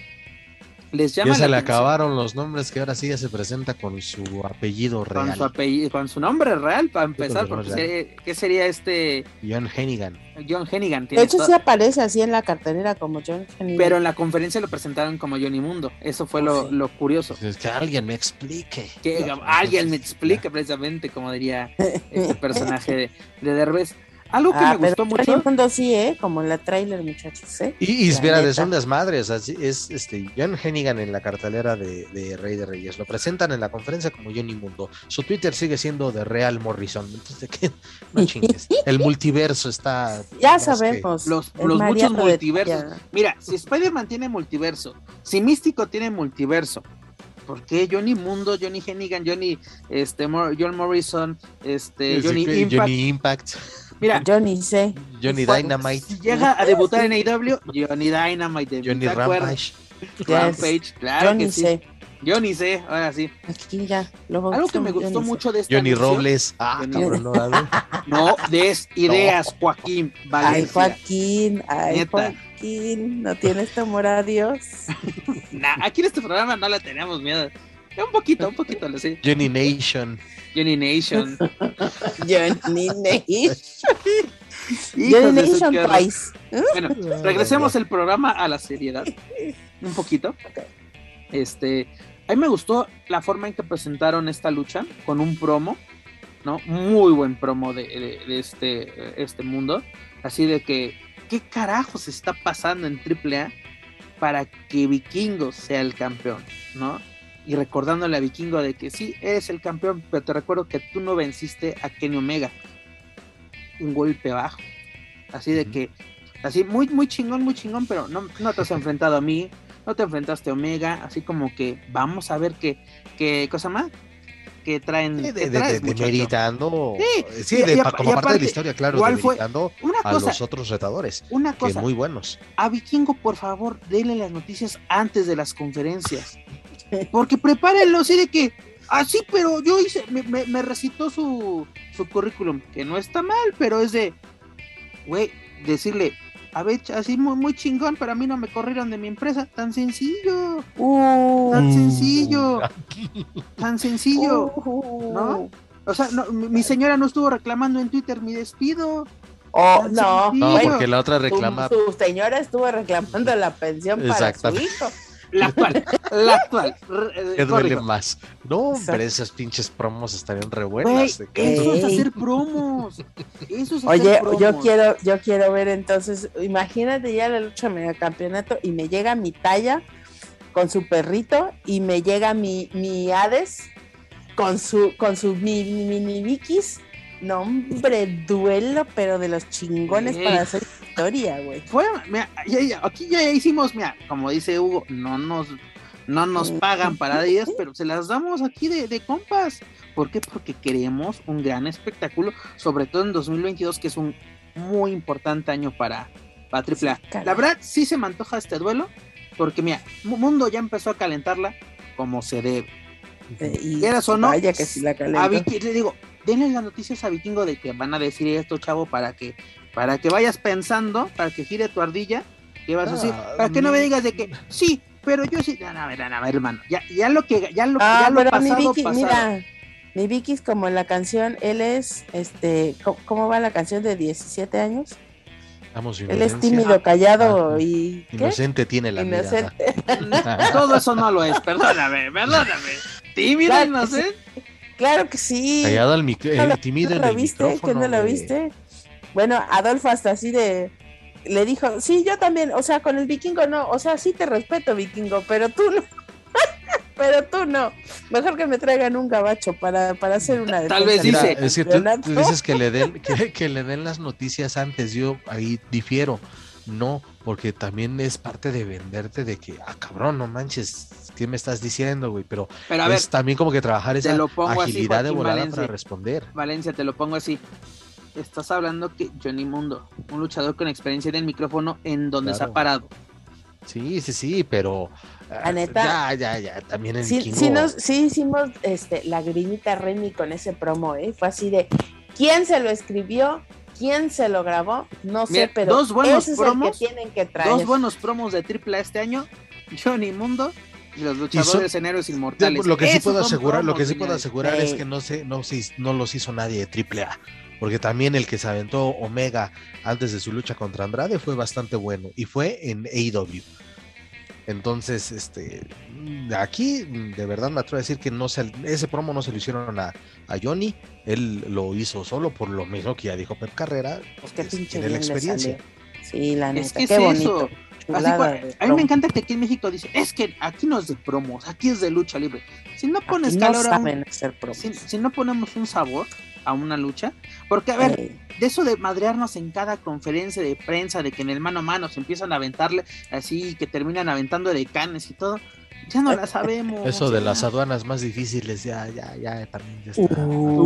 Les llama ya se la le atención. Acabaron los nombres, que ahora sí ya se presenta con su apellido real. Con su nombre real, para empezar, porque ¿qué sería John Hennigan. John Hennigan. De hecho, sí aparece así en la cartelera como John Hennigan. Pero en la conferencia lo presentaron como Johnny Mundo. Eso fue lo curioso. Es que alguien me explique. Que alguien me explique, precisamente, como diría este personaje de Derbez. Algo que me gustó mucho. Johnny Mundo sí, como en la trailer, muchachos, Y mira, es un desmadre, o sea, es John Hennigan en la cartelera de Rey de Reyes. Lo presentan en la conferencia como Johnny Mundo. Su Twitter sigue siendo de Real Morrison. Entonces, ¿qué? No chingues. El multiverso está. Ya sabemos. Los muchos multiversos. Mira, si Spider-Man tiene multiverso, si Místico tiene multiverso, ¿por qué Johnny Mundo, Johnny Hennigan, John Morrison, Johnny Impact? Mira, Johnny C. Johnny Dynamite. Si llega a debutar en AEW, Johnny Dynamite. Johnny Rampage. Rampage, claro Johnny que sí. C. Johnny C, ahora sí. Aquí ya. Algo que me gustó mucho de esta Johnny anuncio, Robles. Cabrón, no, des ideas, Joaquín Valencia. Ay, Joaquín, ¿no tienes temor a Dios? Aquí en este programa no le tenemos miedo. Un poquito, lo sé. Johnny Nation. Johnny Nation Price. Bueno, regresemos el programa a la seriedad. Un poquito. A mí me gustó la forma en que presentaron esta lucha con un promo, ¿no? Muy buen promo de este mundo. Así de que, ¿qué carajos está pasando en AAA para que Vikingo sea el campeón, ¿no? Y recordándole a Vikingo de que sí, eres el campeón, pero te recuerdo que tú no venciste a Kenny Omega. Un golpe bajo. Así de que, así muy, muy chingón, pero no te has enfrentado a mí, no te enfrentaste a Omega, así como que vamos a ver qué cosa más que traen. Demeritando. Sí, como parte de la historia, claro, demeritando a los otros retadores. Una cosa, que muy buenos. A Vikingo, por favor, denle las noticias antes de las conferencias. Porque prepárenlo, así de que, sí, pero yo hice, me recitó su currículum, que no está mal, pero es de, güey, decirle, a ver, así muy, muy chingón, pero a mí no me corrieron de mi empresa, tan sencillo, tan sencillo, ¿no? O sea, no, mi señora no estuvo reclamando en Twitter mi despido. No, porque la otra reclama. Su señora estuvo reclamando la pensión para su hijo. La actual. ¿Qué duele más? No, hombre, esas pinches promos estarían re Güey, buenas. eso es hacer promos. Oye, yo quiero ver entonces, imagínate ya la lucha megacampeonato y me llega mi talla con su perrito y me llega mi Hades con su mini Vikis. No, hombre, duelo, pero de los chingones para hacer historia, güey. Mira, aquí ya hicimos, mira, como dice Hugo, no nos pagan para ellas, pero se las damos aquí de compas. ¿Por qué? Porque queremos un gran espectáculo, sobre todo en 2022, que es un muy importante año para AAA. Sí, la verdad, sí se me antoja este duelo, porque mira, Mundo ya empezó a calentarla como se debe. Y eras o no, vaya que si la le digo, denle las noticias a Vikingo de que van a decir esto, chavo, para que vayas pensando, para que gire tu ardilla, ¿qué vas a decir? Para que no me digas de que sí, pero yo sí, a ver, hermano, ya lo pasado. Mira, mi Vicky es como en la canción, él es, ¿cómo va la canción de 17 años? Él es tímido, callado y inocente tiene la inocente. mirada. Todo eso no lo es, perdóname. Tímido, claro inocente. Claro que sí. Callado al tímido en el micrófono. ¿Que no lo viste? Bueno, Adolfo hasta así le dijo, sí, yo también, o sea, con el Vikingo no, o sea, sí te respeto, Vikingo, pero tú no. Pero tú no. Mejor que me traigan un gabacho para hacer una tal vez dice. Mira, es que tú dices que le den las noticias antes. Yo ahí difiero. No, porque también es parte de venderte de que, cabrón, no manches, ¿qué me estás diciendo, güey? Pero a ver, también como que trabajar esa agilidad así, de volada Valencia, para responder. Valencia, te lo pongo así. Estás hablando que Johnny Mundo, un luchador con experiencia en el micrófono en donde se ha parado. Sí, pero la neta, ya, también el Vikingo. Sí hicimos lagrimita Remy con ese promo, fue así de, ¿quién se lo escribió? ¿Quién se lo grabó? No sé, pero dos buenos promos, es el que tienen que traer. Dos buenos promos de AAA este año, Johnny Mundo y los luchadores en Héroes Inmortales. Lo que sí puedo asegurar es que no los hizo nadie de AAA. Porque también el que se aventó Omega antes de su lucha contra Andrade fue bastante bueno y fue en AEW. Entonces, aquí de verdad me atrevo a decir que ese promo no se lo hicieron a Johnny, él lo hizo solo por lo mismo que ya dijo Pep Carrera, porque tiene la experiencia. Sí, la neta, es que qué bonito. A mí me encanta que aquí en México dice, es que aquí no es de promos, aquí es de lucha libre. Si no pones calor si no ponemos un sabor a una lucha, porque a ver, de eso de madrearnos en cada conferencia de prensa, de que en el mano a mano se empiezan a aventarle así, que terminan aventando de canes y todo, ya no la sabemos. Eso de las aduanas más difíciles, ya también ya está.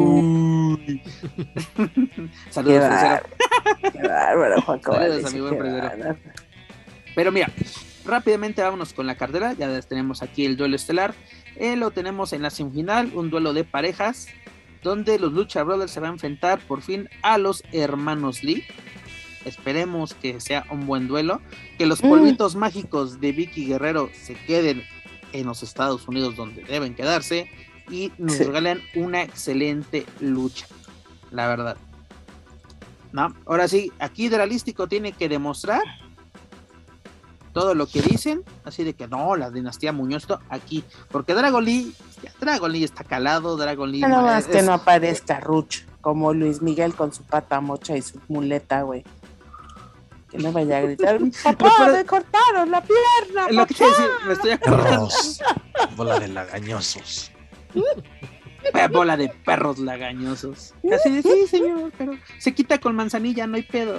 Saludos, qué bárbaro, Juanco. Saludos a mi buen Fredero. Pero mira, rápidamente vámonos con la cartera, ya tenemos aquí el duelo estelar, lo tenemos en la semifinal, un duelo de parejas, donde los Lucha Brothers se van a enfrentar por fin a los hermanos Lee. Esperemos que sea un buen duelo, que los polvitos mágicos de Vicky Guerrero se queden en los Estados Unidos donde deben quedarse y nos regalen una excelente lucha, la verdad. ¿No? Ahora sí, aquí Dralístico tiene que demostrar todo lo que dicen, así de que no, la dinastía Muñoz, aquí, porque Dragon Lee está calado, Dragon Lee... No más que no aparezca Ruch, como Luis Miguel con su pata mocha y su muleta, güey. Que no vaya a gritar, papá, me cortaron la pierna, lo que te decía, me estoy acordando. Bola de lagañosos. Bola de perros lagañosos. Así de, sí, señor, pero se quita con manzanilla, no hay pedo.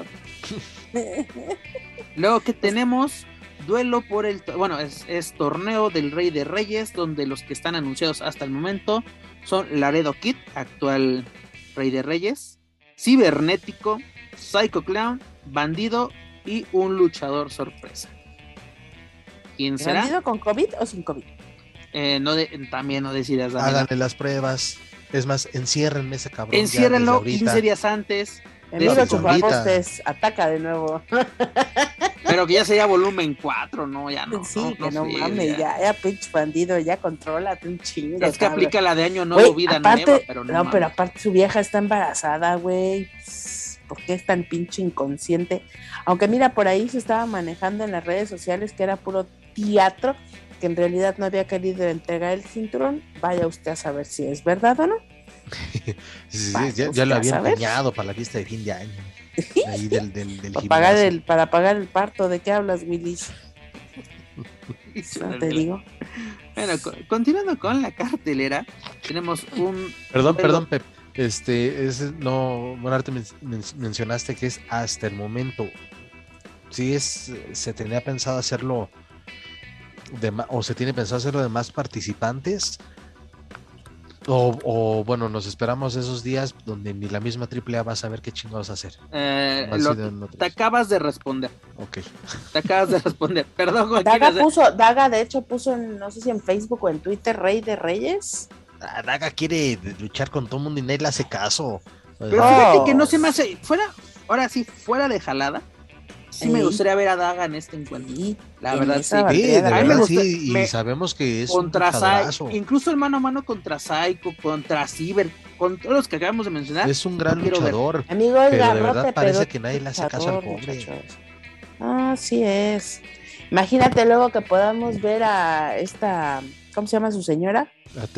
Luego que tenemos... duelo por es torneo del Rey de Reyes, donde los que están anunciados hasta el momento son Laredo Kid, actual Rey de Reyes, Cibernético, Psycho Clown, Bandido y un luchador sorpresa. ¿Quién será? ¿Bandido con COVID o sin COVID? También no decidas. Háganle las pruebas. Es más, enciérrenme ese cabrón. Enciérrenlo 15 días antes. Amigo Chupacostes, ataca de nuevo. Pero que ya sería volumen 4, ¿no? Ya no. Sí, no, que no mames, ya pinche Bandido, ya contrólate un chingo. Es que aplica la de año nuevo, vida nueva, pero no. Pero aparte su vieja está embarazada, güey. ¿Por qué es tan pinche inconsciente? Aunque mira, por ahí se estaba manejando en las redes sociales que era puro teatro, que en realidad no había querido entregar el cinturón, vaya usted a saber si es verdad o no. Sí, Vaya ya lo usted a había saber. empeñado para la fiesta de fin de año. Ahí del gimnasio. Para pagar el parto. ¿De qué hablas, Willis? No te digo. Bueno, continuando con la cartelera, tenemos un... Perdón, Pep. No, Monarte, mencionaste que es hasta el momento. Sí, se tenía pensado hacerlo o se tiene pensado hacerlo de más participantes. O bueno, nos esperamos esos días donde ni la misma AAA va a saber qué chingados hacer. Te acabas de responder. Ok. Te acabas de responder. Perdón, Joaquín. Daga de hecho puso no sé si en Facebook o en Twitter, Rey de Reyes. Daga quiere luchar con todo el mundo y nadie le hace caso. Pero fíjate que no se me hace. Fuera de jalada. Sí, me gustaría ver a Daga en este encuentro. Sí, la verdad, sí. De verdad, sí, y sabemos que es contra incluso el mano a mano contra Psycho, contra Ciber, con todos los que acabamos de mencionar. Es un gran luchador. Amigo, pero de verdad parece que nadie le hace caso al pobre. Muchachos. Así es. Imagínate luego que podamos ver a esta, ¿cómo se llama su señora?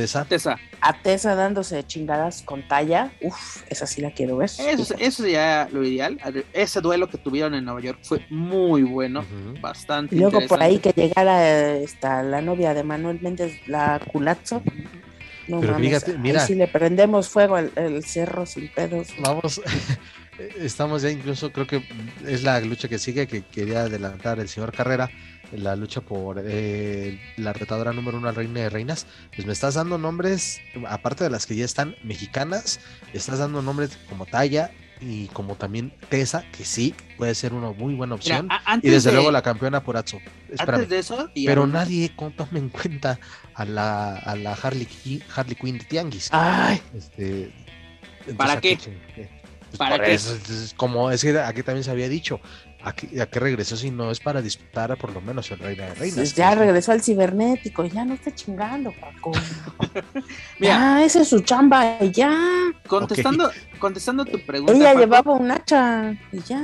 A Tessa dándose chingadas con Talla. Uf, esa sí la quiero ver. Eso sería lo ideal. Ese duelo que tuvieron en Nueva York fue muy bueno, bastante y luego interesante. por ahí que llegara la novia de Manuel Méndez, la Culazzo. No, pero mames, fíjate, mira, si le prendemos fuego al cerro sin pedos. Vamos, estamos ya incluso, creo que es la lucha que sigue, que quería adelantar el señor Carrera, la lucha por la retadora número 1 al Reina de Reinas. Pues me estás dando nombres, aparte de las que ya están mexicanas, estás dando nombres como Talla y como también Tessa, que sí puede ser una muy buena opción. Mira, y desde luego la campeona por Atzo. Antes de eso, pero nadie toma en cuenta a la Harley Quinn de Tianguis. Ay. ¿Para qué? Pues ¿para qué? Eso, como es que aquí también se había dicho, ¿a qué regresó si no es para disputar por lo menos el Reina de Reinas? Pues ya regresó al cibernético, ya no está chingando, Paco. Mira, esa es su chamba, y ya. Contestando tu pregunta, ella Paco, llevaba un hacha, y ya.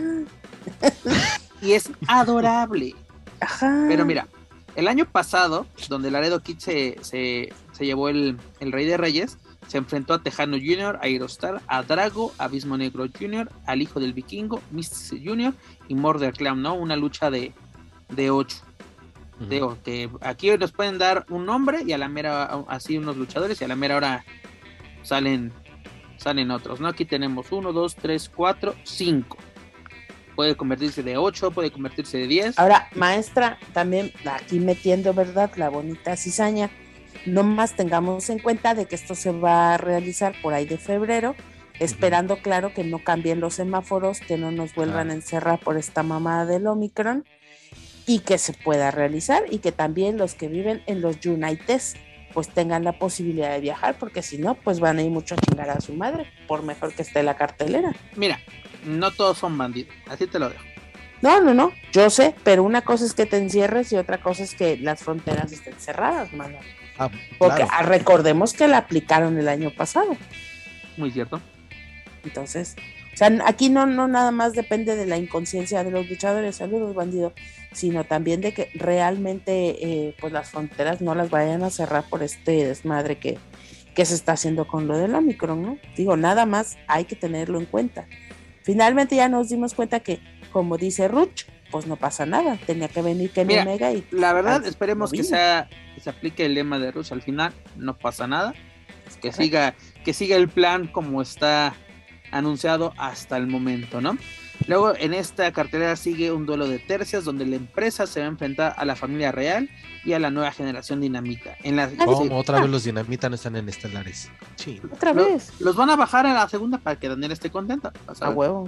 Y es adorable. Ajá. Pero mira, el año pasado, donde Laredo Kid se llevó el Rey de Reyes, se enfrentó a Tejano Jr., a Aerostar, a Drago, a Abismo Negro Jr., al Hijo del Vikingo, Mystic Jr. y Murder Clown, ¿no? Una lucha de 8. Digo, que aquí nos pueden dar un nombre y a la mera, así unos luchadores, y a la mera hora salen otros, ¿no? Aquí tenemos 1, 2, 3, 4, 5. Puede convertirse de 8, puede convertirse de 10. Ahora, maestra, también aquí metiendo, ¿verdad?, la bonita cizaña. No más tengamos en cuenta de que esto se va a realizar por ahí de febrero, esperando, claro, que no cambien los semáforos, que no nos vuelvan a encerrar por esta mamada del Omicron, y que se pueda realizar, y que también los que viven en los Unites pues tengan la posibilidad de viajar, porque si no, pues van a ir mucho a chingar a su madre, por mejor que esté la cartelera. Mira, no todos son bandidos, así te lo dejo. No, yo sé, pero una cosa es que te encierres y otra cosa es que las fronteras estén cerradas, mano. Porque claro, recordemos que la aplicaron el año pasado. Muy cierto. Entonces, o sea, aquí no nada más depende de la inconsciencia de los luchadores, saludos bandido, sino también de que realmente pues las fronteras no las vayan a cerrar por este desmadre que se está haciendo con lo del Omicron, ¿no? Digo, nada más hay que tenerlo en cuenta. Finalmente ya nos dimos cuenta que, como dice Ruch, pues no pasa nada, tenía que venir Kenny Omega y... La verdad, esperemos que se aplique el lema de Rush al final, no pasa nada, que siga el plan como está anunciado hasta el momento, ¿no? Luego en esta cartelera sigue un duelo de tercias donde la empresa se va a enfrentar a la familia real y a la nueva generación Dinamita. Otra vez los Dinamita no están en estelares. Sí. Otra vez. Los van a bajar a la segunda para que Daniel esté contenta. A huevo.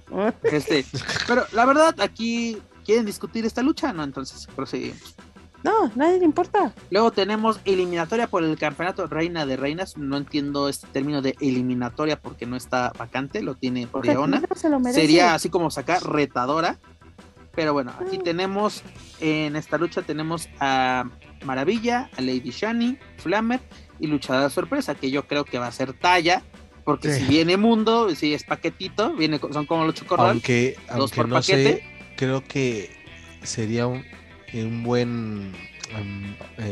Pero la verdad, aquí quieren discutir esta lucha, ¿no? Entonces proseguimos. No, nadie le importa. Luego tenemos eliminatoria por el campeonato Reina de Reinas. No entiendo este término de eliminatoria porque no está vacante, lo tiene Leona. Sería así como sacar retadora. Pero bueno, aquí tenemos, en esta lucha tenemos a Maravilla, a Lady Shani, Flammer y luchadora sorpresa, que yo creo que va a ser Talla. Porque si viene Mundo, si es paquetito, son como los chocorral. Aunque por no paquete. Sé, creo que sería un buen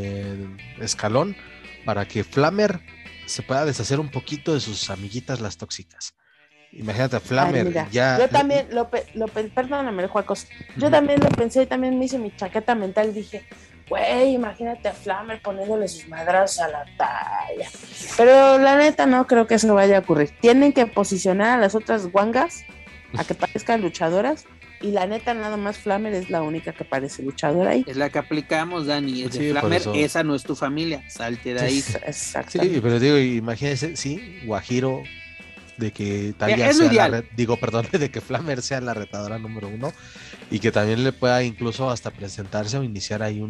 escalón para que Flammer se pueda deshacer un poquito de sus amiguitas las tóxicas. Imagínate a Flammer. Ay, mira, ya. Yo también perdóname, Juacos. Yo también lo pensé, también me hice mi chaqueta mental. Dije, güey, imagínate a Flammer poniéndole sus madrazos a la talla. Pero la neta no creo que eso vaya a ocurrir. Tienen que posicionar a las otras guangas a que parezcan luchadoras. Y la neta, nada más Flammer es la única que parece luchadora ahí. Es la que aplicamos, Dani. Es de Sí, Flammer, por eso. esa no es tu familia. Salte de ahí. Exacto. Sí, pero digo, imagínense, sí, Guajiro, de que Talia Es lo sea ideal. de que Flammer sea la retadora número 1 y que también le pueda incluso hasta presentarse o iniciar ahí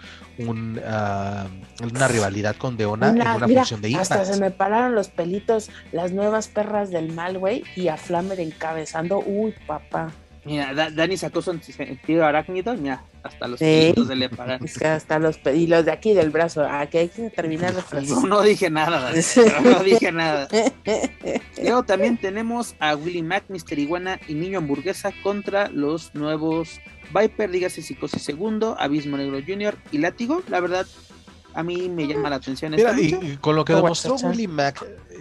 una rivalidad con Deonna en una Mira, función de hasta Impact. se me pararon los pelitos, las nuevas perras del mal, güey, y a Flammer encabezando. Uy, papá. Mira, Dani sacó su sentido arácnido. Mira, hasta los Sí. pelitos se le paran. Es que hasta y los de aquí del brazo. Aquí hay que terminar de frase. No dije nada, Dani. No dije nada. Luego también tenemos a Willie Mack, Mr. Iguana y Niño Hamburguesa contra los nuevos Viper, dígase Psicosis Segundo, Abismo Negro Jr. y Látigo. La verdad, a mí me llama la atención esta Mira, lucha. y con lo que Lo voy a demostró tachar. Willie Mack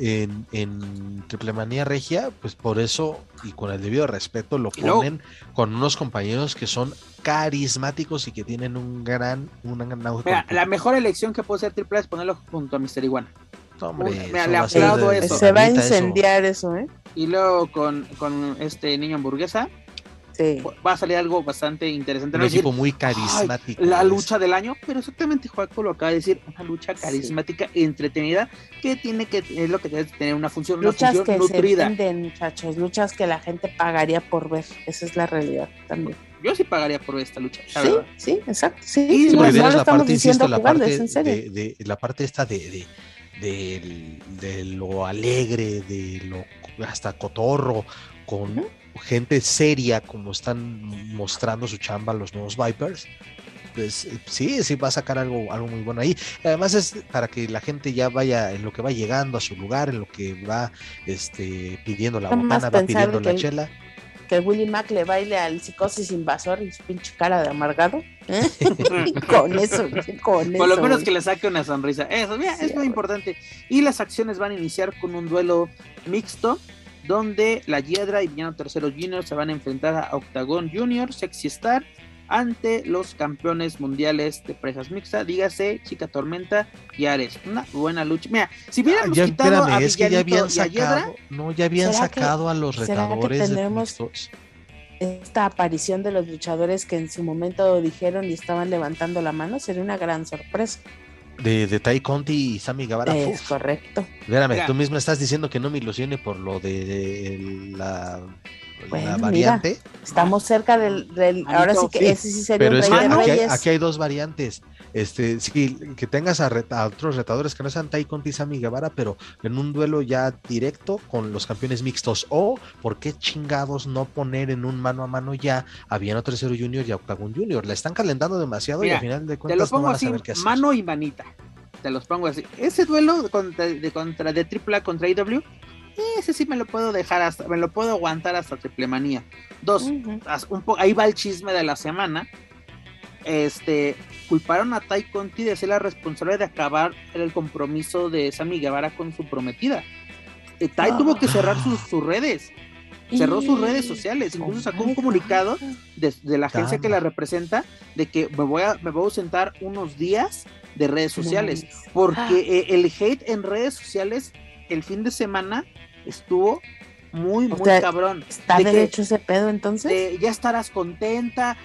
en Triple Manía Regia, pues por eso, y con el debido respeto, lo Y luego- ponen con unos compañeros que son carismáticos y que tienen un gran auge. Mira, la mejor elección que puede ser Triple A es ponerlo junto a Mr. Iguana. Hombre, mira, eso le va a ser aplaudo de eso. Se va a dinamita, eso. incendiar eso, ¿eh? Y luego con este Niño Hamburguesa Sí. va a salir algo bastante interesante. Un No es decir, equipo muy carismático. la es. lucha del año, pero exactamente Joaco lo acaba de decir, una lucha carismática, entretenida, que tiene que, es lo que debe tener una función Luchas que nutrida. se venden, muchachos. Luchas que la gente pagaría por ver. Esa es la realidad también. Yo sí pagaría por esta lucha, la Sí, verdad. sí, exacto. Y Sí, Sí, no, porque no tienes lo la estamos parte, diciendo insisto, la jugando, parte es en serio. de la parte esta de lo alegre, de lo hasta cotorro, con gente seria como están mostrando su chamba los nuevos Vipers. Pues sí va a sacar algo muy bueno ahí. Además es para que la gente ya vaya en lo que va llegando a su lugar, en lo que va pidiendo la Nada más botana, va pensar pidiendo que la chela. Que Willie Mack le baile al Psicosis Invasor y su pinche cara de amargado. ¿eh? Con eso. Por lo menos güey. que le saque una sonrisa. Eso, mira, Sí, es muy güey. importante. Y las acciones van a iniciar con un duelo mixto, donde la Hiedra y Villano Tercero Junior se van a enfrentar a Octagon Junior, Sexy Star, ante los campeones mundiales de parejas mixtas, dígase Chica Tormenta y Ares. Una buena lucha. Mira, si hubiéramos Ya, quitado espérame, a es que ya Villanito habían y a Hiedra, sacado, no, ya habían ¿Será que- sacado a los será que retadores de tendremos- mixtos. Esta aparición de los luchadores que en su momento dijeron y estaban levantando la mano sería una gran sorpresa. De Tai Conti y Sammy Guevara. Es Uf, correcto. espérame, Mira. tú mismo estás diciendo que no me ilusione por lo de la Bueno, variante. Estamos cerca del ahora sí que sí. ese sí sería Pero un es rey que de aquí reyes. aquí hay dos variantes. Sí, que tengas a otros retadores que no sean Tai Conti y Sammy Guevara, pero en un duelo ya directo con los campeones mixtos. O, ¿por qué chingados no poner en un mano a mano ya a Villano Tercero Junior y a Octagon Junior? La están calentando demasiado y Mira, al final de te cuentas lo no pongo van a así, saber qué hacer. mano y manita. Te los pongo así. Ese duelo de AAA contra IW, ese sí me lo puedo dejar me lo puedo aguantar hasta Triple Manía. Dos, Ujú. ahí va el chisme de la semana. Culparon a Tai Conti de ser la responsable de acabar el compromiso de Sammy Guevara con su prometida. Tai tuvo que cerrar sus redes. Cerró sus redes sociales, incluso sacó un comunicado de la agencia que la representa de que me voy a ausentar unos días de redes sociales, porque el hate en redes sociales el fin de semana estuvo muy cabrón. ¿Está derecho ese pedo entonces? Ya estarás contenta.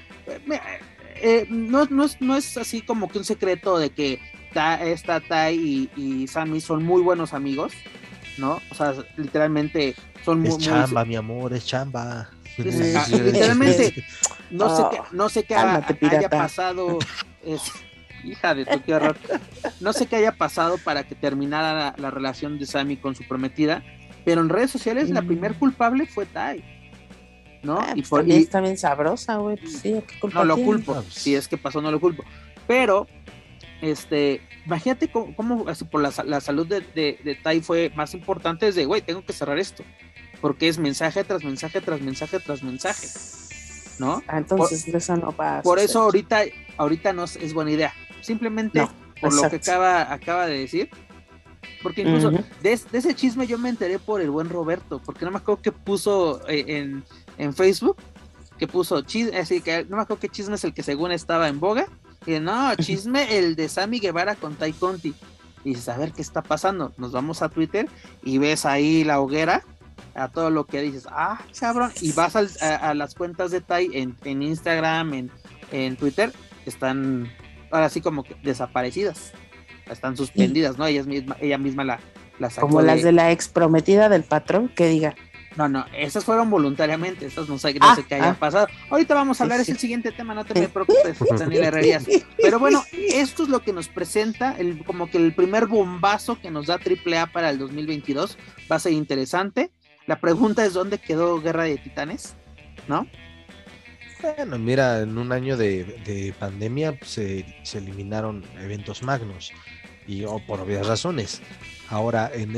No es así como que un secreto de que Tai y Sammy son muy buenos amigos, ¿no? O sea, literalmente son Es chamba, mi amor, es chamba. Literalmente, no sé qué Cálmate, haya pirata. pasado. Hija de tu, qué horror. No sé qué haya pasado para que terminara la relación de Sammy con su prometida, pero en redes sociales la primer culpable fue Tai, ¿no? Pues está bien sabrosa, güey. Pues sí, ¿qué culpa no lo tiene? culpo, si es que pasó no lo culpo, pero imagínate cómo así por la salud de Tai fue más importante desde, güey, tengo que cerrar esto, porque es mensaje tras mensaje tras mensaje tras mensaje, ¿no? Entonces eso no va a Por suceder. eso ahorita no es buena idea. Simplemente por lo que Exacto. acaba de decir. Porque incluso de ese chisme yo me enteré por el buen Roberto, porque no me acuerdo que puso en Facebook, que puso chisme, así que no me acuerdo qué chisme es el que según estaba en boga, y no, chisme el de Sammy Guevara con Tai Conti. Y dices, a ver qué está pasando, nos vamos a Twitter y ves ahí la hoguera, a todo lo que dices, cabrón, y vas a las cuentas de Tai en Instagram, en Twitter, están ahora sí como que desaparecidas, están suspendidas, ¿no? Ella misma la sacó. Como las de la ex prometida del patrón, que diga. No, esas fueron voluntariamente, estas no sé qué haya pasado. Ahorita vamos a hablar, es el siguiente tema, no te me preocupes, Daniela Herrerías. Pero bueno, esto es lo que nos presenta, como que el primer bombazo que nos da AAA para el 2022, va a ser interesante. La pregunta es, ¿dónde quedó Guerra de Titanes? ¿No? Bueno, mira, en un año de pandemia pues, se eliminaron eventos magnos, y por obvias razones. Ahora, en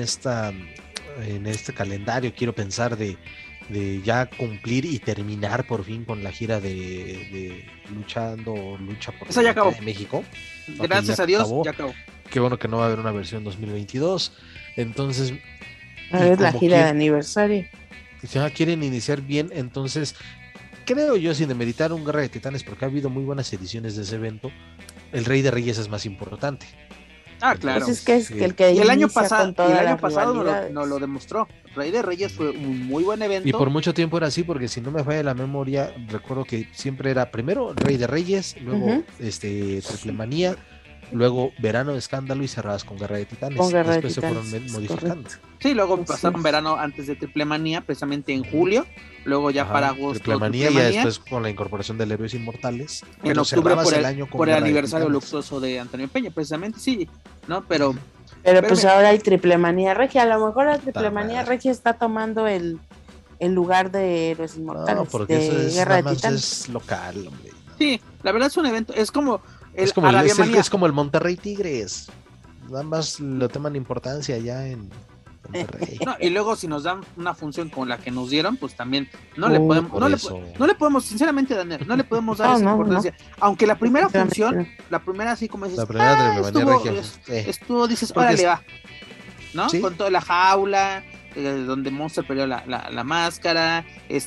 este calendario quiero pensar de ya cumplir y terminar por fin con la gira de lucha por Eso ya acabó. de México. Gracias a Dios, ya acabó. Qué bueno que no va a haber una versión 2022. Entonces, es la gira de aniversario. Ya quieren iniciar bien, entonces creo yo, sin demeritar un Guerra de Titanes, porque ha habido muy buenas ediciones de ese evento, el Rey de Reyes es más importante. Claro. Pues es que el que y el año pasado nos lo demostró. Rey de Reyes fue un muy buen evento. Y por mucho tiempo era así, porque si no me falla la memoria, recuerdo que siempre era primero Rey de Reyes, luego Triple Manía, luego Verano de Escándalo y cerradas con Guerra de Titanes. Después se fueron modificando. Correcto. Sí, luego pasaron verano antes de Triple Manía, precisamente en julio, luego ya para agosto Triple Manía, y después con la incorporación del Héroes Inmortales. En octubre por el aniversario luxuoso de Antonio Peña, precisamente, sí, ¿no? Pero pues ahora hay Triple Manía Regia, a lo mejor la Triple Manía Regia está tomando el lugar de Héroes Inmortales. No, porque de eso es Guerra nada de más Titanes. es local, hombre. Sí, la verdad es un evento, es como es como el Monterrey Tigres, nada más lo toman importancia ya en Monterrey. No, y luego si nos dan una función como la que nos dieron, pues también no le podemos, sinceramente, Daniel, no le podemos dar esa importancia. Aunque la primera función, la primera así como dices, la primera estuvo, dices, órale va, ¿no? ¿Sí? Con toda la jaula, donde Monster perdió la máscara, el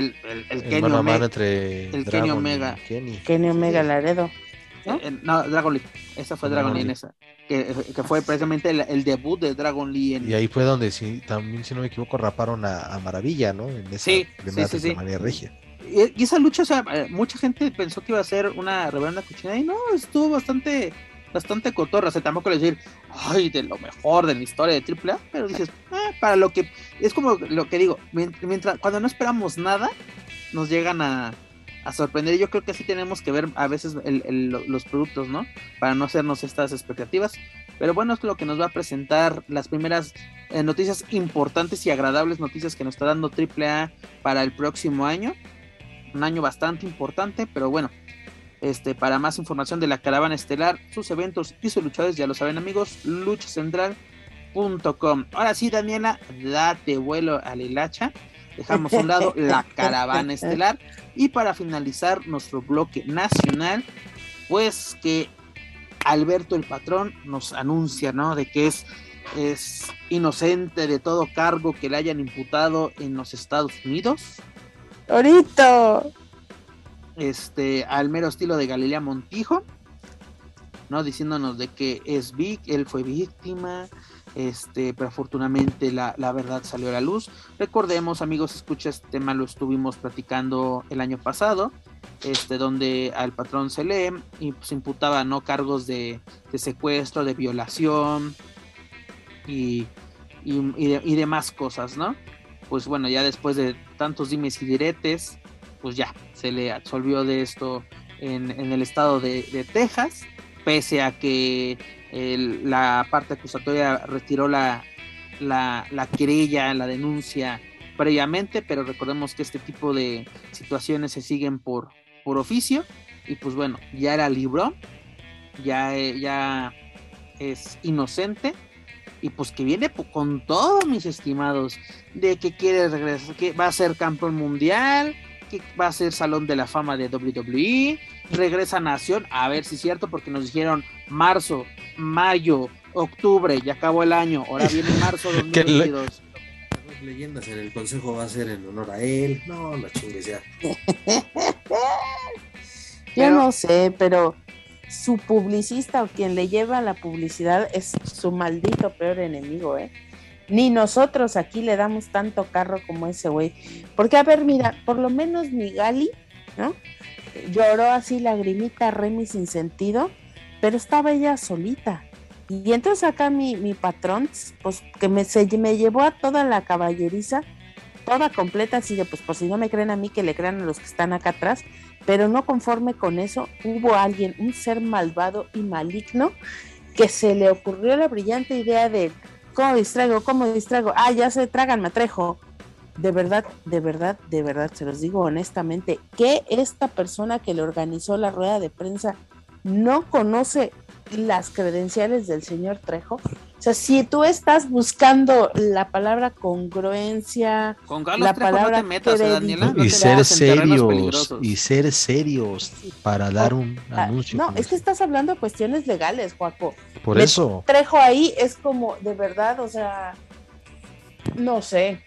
Kenny Omega, el Kenny Omega, Kenny Omega Laredo, ¿no? Dragon Lee, esa fue Dragon Lee en esa, que fue precisamente el debut de Dragon Lee y ahí fue donde también, si no me equivoco, raparon a Maravilla, ¿no? En esa primera Manía Regia. Y esa lucha, o sea, mucha gente pensó que iba a ser una reverenda cochinada y no, estuvo bastante cotorra, o sea, tampoco le decir, ay, de lo mejor de la historia de AAA, pero dices, para lo que, es como lo que digo, mientras, cuando no esperamos nada, nos llegan a sorprender, y yo creo que así tenemos que ver a veces los productos, ¿no? Para no hacernos estas expectativas, pero bueno, es lo que nos va a presentar las primeras noticias importantes y agradables noticias que nos está dando AAA para el próximo año, un año bastante importante, pero bueno, para más información de la Caravana Estelar, sus eventos y sus luchadores, ya lo saben amigos, luchacentral.com. Ahora sí, Daniela, date vuelo al hilacha, dejamos a un lado la Caravana Estelar, y para finalizar nuestro bloque nacional, pues que Alberto el Patrón nos anuncia, ¿no? De que es inocente de todo cargo que le hayan imputado en los Estados Unidos. ¡Ahorita! Al mero estilo de Galilea Montijo, ¿no? Diciéndonos de que él fue víctima, pero afortunadamente la verdad salió a la luz. Recordemos, amigos, escucha, este tema lo estuvimos platicando el año pasado, donde al patrón se le imputaba, ¿no? Cargos de secuestro, de violación y demás cosas, ¿no? Pues bueno, ya después de tantos dimes y diretes, pues ya se le absolvió de esto en el estado de Texas, pese a que la parte acusatoria retiró la querella, la denuncia previamente, pero recordemos que este tipo de situaciones se siguen por oficio, y pues bueno, ya la libró, ya es inocente, y pues que viene con todo, mis estimados, de que quiere regresar, que va a ser campeón mundial, que va a ser Salón de la Fama de WWE, regresa a Nación, a ver si es cierto, porque nos dijeron marzo mayo, octubre, ya acabó el año, ahora viene marzo 2022. Las leyendas en el consejo va a ser en honor a él. No chingues ya. Yo no sé, pero su publicista o quien le lleva la publicidad es su maldito peor enemigo, ¿eh? Ni nosotros aquí le damos tanto carro como ese güey. Porque, a ver, mira, por lo menos mi Gali, ¿no? Lloró así lagrimita Remy sin sentido, pero estaba ella solita. Y entonces acá mi patrón, pues que me llevó a toda la caballeriza, toda completa, así de, pues por si no me creen a mí, que le crean a los que están acá atrás, pero no conforme con eso, hubo alguien, un ser malvado y maligno, que se le ocurrió la brillante idea de, ¿cómo distraigo? Ah, ya se tragan, me atrejo. De verdad, se los digo honestamente, que esta persona que le organizó la rueda de prensa no conoce las credenciales del señor Trejo. O sea, si tú estás buscando la palabra congruencia, con Carlos la Trejo palabra no te metas, Daniela, y ser serios para dar un anuncio. No, es que estás hablando de cuestiones legales, Joaco. Por eso. Trejo ahí es como, de verdad, o sea, no sé,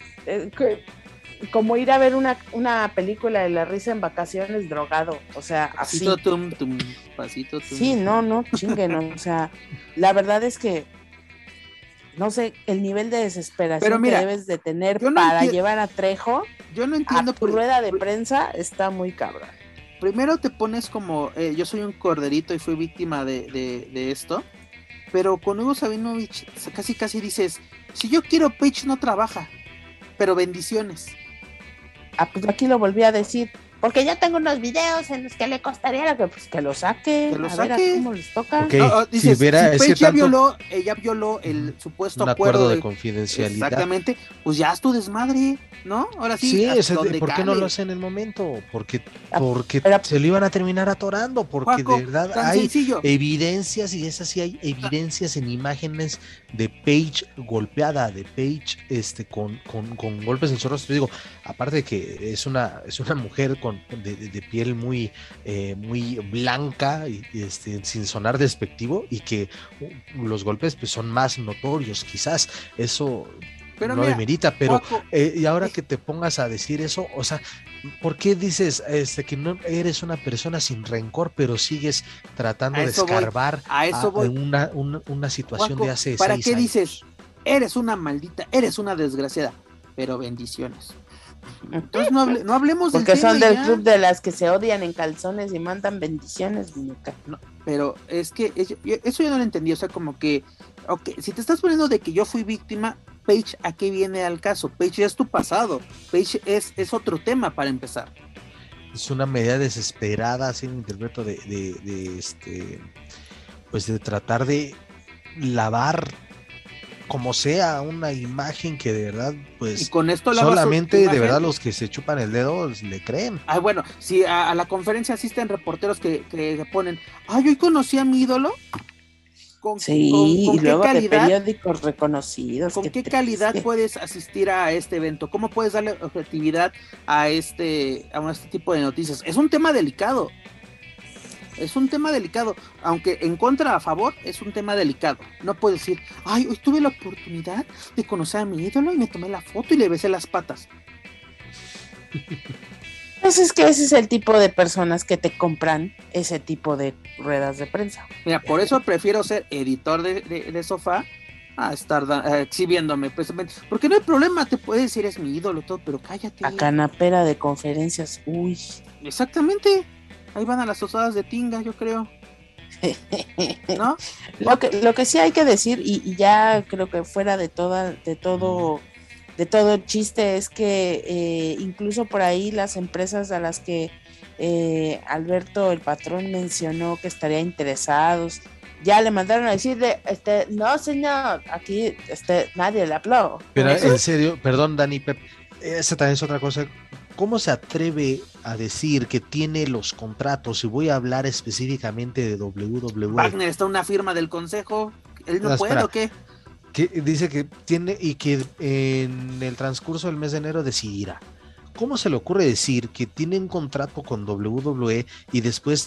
como ir a ver una película de La Risa en Vacaciones drogado, o sea, así. Pasito tum. Sí, no, chinguen, o sea, la verdad es que no sé el nivel de desesperación que debes de tener para llevar a Trejo a tu rueda de prensa está muy cabrón. Primero te pones como, yo soy un corderito y fui víctima de esto, pero con Hugo Sabinovich casi dices, si yo quiero, Page no trabaja, pero bendiciones. Pues aquí lo volví a decir, porque ya tengo unos videos en los que le costaría que lo saque, a ver cómo les toca. Okay. Dices, si Page ya violó el supuesto acuerdo de confidencialidad. Exactamente, pues ya es tu desmadre, ¿no? Ahora sí. Sí, ¿por qué no lo hace en el momento? Porque se lo iban a terminar atorando, porque Juaco, de verdad hay evidencias, y esas sí hay evidencias en imágenes de Page golpeada, de Page con golpes en su rostro. Digo, aparte de que es una mujer de piel muy blanca y sin sonar despectivo, y que los golpes pues son más notorios, quizás eso pero no demerita, pero y ahora que te pongas a decir eso, o sea, ¿por qué dices que no eres una persona sin rencor, pero sigues tratando de escarbar una situación Juaco, de hace 6 años? ¿Para qué dices, eres una maldita, eres una desgraciada, pero bendiciones? Entonces no hablemos porque son del club de las que se odian en calzones y mandan bendiciones, muñeca. No, pero es que eso yo no lo entendí, o sea, como que, si te estás poniendo de que yo fui víctima, Page, ¿a qué viene al caso? Page ya es tu pasado, Page es otro tema para empezar. Es una medida desesperada, así lo interpreto, pues de tratar de lavar como sea una imagen que de verdad, pues, y con esto solamente de verdad los que se chupan el dedo le creen. Bueno, si a la conferencia asisten reporteros que ponen, hoy conocí a mi ídolo. ¿Con y luego calidad, de periódicos reconocidos. ¿Con qué calidad puedes asistir a este evento? ¿Cómo puedes darle objetividad a este tipo de noticias? Es un tema delicado. Aunque en contra, a favor, es un tema delicado. No puedes decir, hoy tuve la oportunidad de conocer a mi ídolo y me tomé la foto y le besé las patas. Pues es que ese es el tipo de personas que te compran ese tipo de ruedas de prensa. Mira, por eso prefiero ser editor de sofá a estar exhibiéndome, precisamente. Porque no hay problema, te puedes decir es mi ídolo, todo, pero cállate. A canapera de conferencias, uy. Exactamente. Ahí van a las osadas de tinga, yo creo. ¿No? Lo que sí hay que decir, y ya creo que fuera de todo el chiste, es que incluso por ahí las empresas a las que Alberto, el patrón, mencionó que estaría interesados, ya le mandaron a decirle, no señor, aquí nadie le habló. Pero en serio, perdón Dani, Pep, esa también es otra cosa. ¿Cómo se atreve a decir que tiene los contratos? Y voy a hablar específicamente de WWE. Wagner está una firma del consejo. ¿Él no puede o qué? Que dice que tiene y que en el transcurso del mes de enero decidirá. ¿Cómo se le ocurre decir que tiene un contrato con WWE y después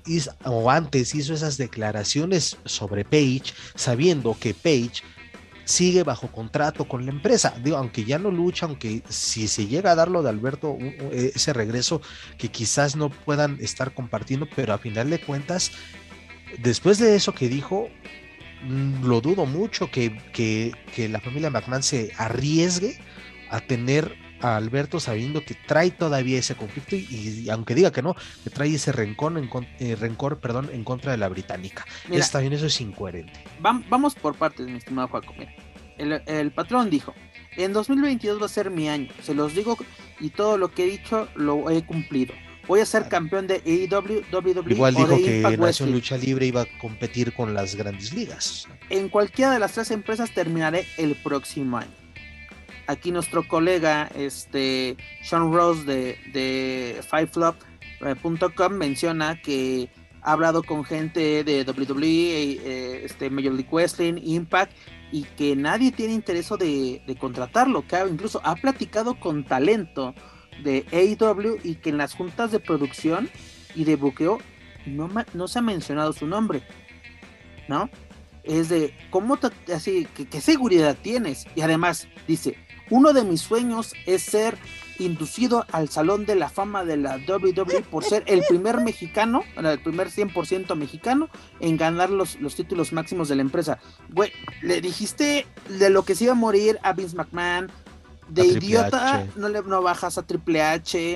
antes hizo esas declaraciones sobre Page, sabiendo que Page sigue bajo contrato con la empresa. Digo, aunque ya no lucha, aunque si se llega a dar lo de Alberto, ese regreso que quizás no puedan estar compartiendo, pero a final de cuentas, después de eso que dijo, lo dudo mucho que la familia McMahon se arriesgue a tener a Alberto sabiendo que trae todavía ese conflicto y aunque diga que no, que trae ese rencor en contra de la británica. Mira, También eso es incoherente. Vamos por partes, mi estimado Juaco. Mira, el patrón dijo, en 2022 va a ser mi año, se los digo, y todo lo que he dicho lo he cumplido. Voy a ser campeón de AEW, WWE. Igual dijo que Impact Nación Wrestling. Lucha Libre iba a competir con las grandes ligas. En cualquiera de las 3 empresas terminaré el próximo año. Aquí nuestro colega Sean Ross de FiveFlop.com menciona que ha hablado con gente de WWE, Major League Wrestling, Impact, y que nadie tiene interés de contratarlo, que incluso ha platicado con talento de AEW y que en las juntas de producción y de buqueo no se ha mencionado su nombre, ¿no? Es de, ¿cómo así, qué seguridad tienes? Y además dice, uno de mis sueños es ser inducido al Salón de la Fama de la WWE por ser el primer mexicano, el primer 100% mexicano en ganar los títulos máximos de la empresa. Güey, le dijiste de lo que se iba a morir a Vince McMahon, de a idiota no bajas a Triple H,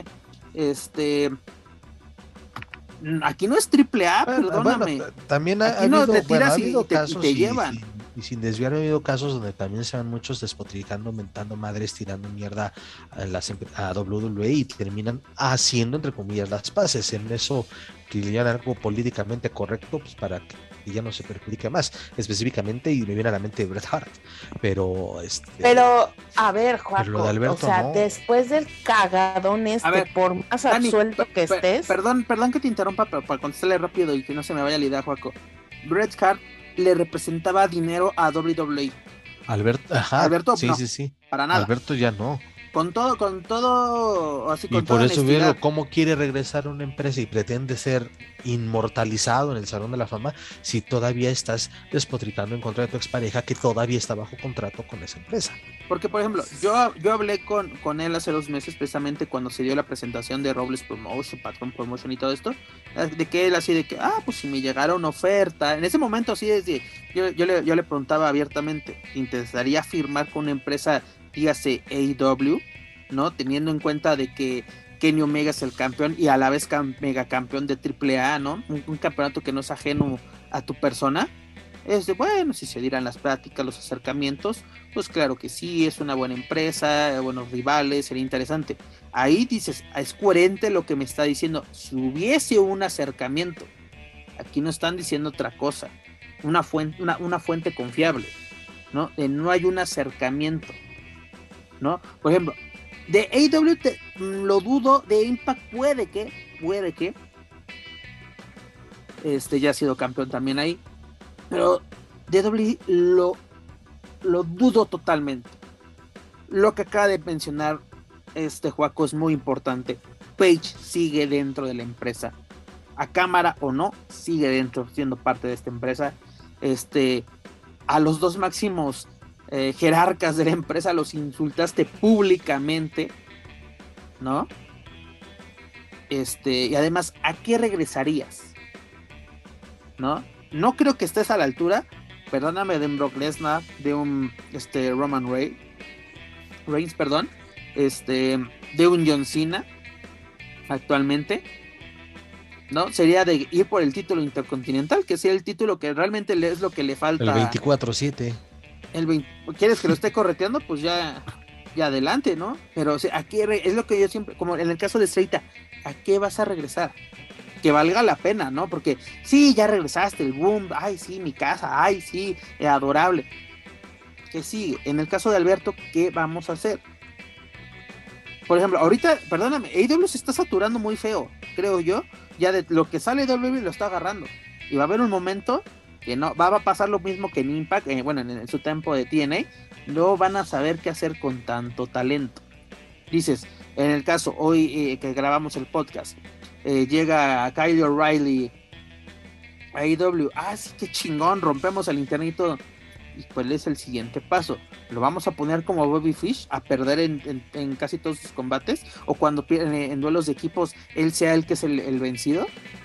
aquí no es Triple A, perdóname. Bueno, también ha habido casos y te llevan. Y sin desviar, ha habido casos donde también se van muchos despotricando, mentando madres, tirando mierda a WWE y terminan haciendo, entre comillas, las paces. En eso que le llaman algo políticamente correcto, pues para que ya no se perjudique más. Específicamente, y me viene a la mente Bret Hart. Pero, a ver, Juaco, Alberto, o sea, no. Después del cagadón ver, por más absuelto que estés. Perdón que te interrumpa, pero para contestarle rápido y que no se me vaya la idea, Juaco. Bret Hart le representaba dinero a WWE. Alberto, sí, no, sí. Para nada. Alberto ya no. Con todo, así con y por eso veo cómo quiere regresar a una empresa y pretende ser inmortalizado en el Salón de la Fama si todavía estás despotricando en contra de tu expareja que todavía está bajo contrato con esa empresa. Porque, por ejemplo, yo hablé con él hace 2 meses precisamente cuando se dio la presentación de Robles Promotion, Patron Promotion y todo esto, de que él así de que, pues si me llegara una oferta, en ese momento así yo le preguntaba abiertamente, ¿te interesaría firmar con una empresa, dígase AEW, ¿no? Teniendo en cuenta de que Kenny Omega es el campeón y a la vez mega campeón de AAA, ¿no? Un campeonato que no es ajeno a tu persona. Bueno, si se dieran las pláticas, los acercamientos, pues claro que sí, es una buena empresa, buenos rivales, sería interesante. Ahí dices, es coherente lo que me está diciendo. Si hubiese un acercamiento, aquí no están diciendo otra cosa, una fuente confiable, ¿no? No hay un acercamiento, ¿no? Por ejemplo, de AEW lo dudo, de Impact puede que ya ha sido campeón también ahí, pero de WWE lo dudo totalmente. Lo que acaba de mencionar Juaco es muy importante. Page sigue dentro de la empresa, a cámara o no, sigue dentro, siendo parte de esta empresa. A los 2 máximos jerarcas de la empresa los insultaste públicamente, ¿no? Y además, ¿a qué regresarías? ¿No? No creo que estés a la altura, perdóname, de un Brock Lesnar, de un Roman Reigns, perdón, de un John Cena actualmente, ¿no? Sería de ir por el título intercontinental, que sea el título que realmente es lo que le falta. El 24/7. ¿Quieres que lo esté correteando? Pues ya adelante, ¿no? Pero o sea, aquí es lo que yo siempre, como en el caso de Estrellita, ¿a qué vas a regresar? Que valga la pena, ¿no? Porque sí, ya regresaste, el boom, ay sí, mi casa, ay sí, adorable. Que sí, en el caso de Alberto, ¿qué vamos a hacer? Por ejemplo, ahorita, perdóname, AEW se está saturando muy feo, creo yo, ya de lo que sale de WWE lo está agarrando, y va a haber un momento que no, va a pasar lo mismo que en Impact, en su tiempo de TNA, no van a saber qué hacer con tanto talento. Dices, en el caso hoy que grabamos el podcast, llega Kyle O'Reilly AEW, sí, qué chingón, rompemos el internet y todo. ¿Y cuál es el siguiente paso? ¿Lo vamos a poner como Bobby Fish a perder en casi todos sus combates? ¿O cuando en duelos de equipos él sea el que es el vencido?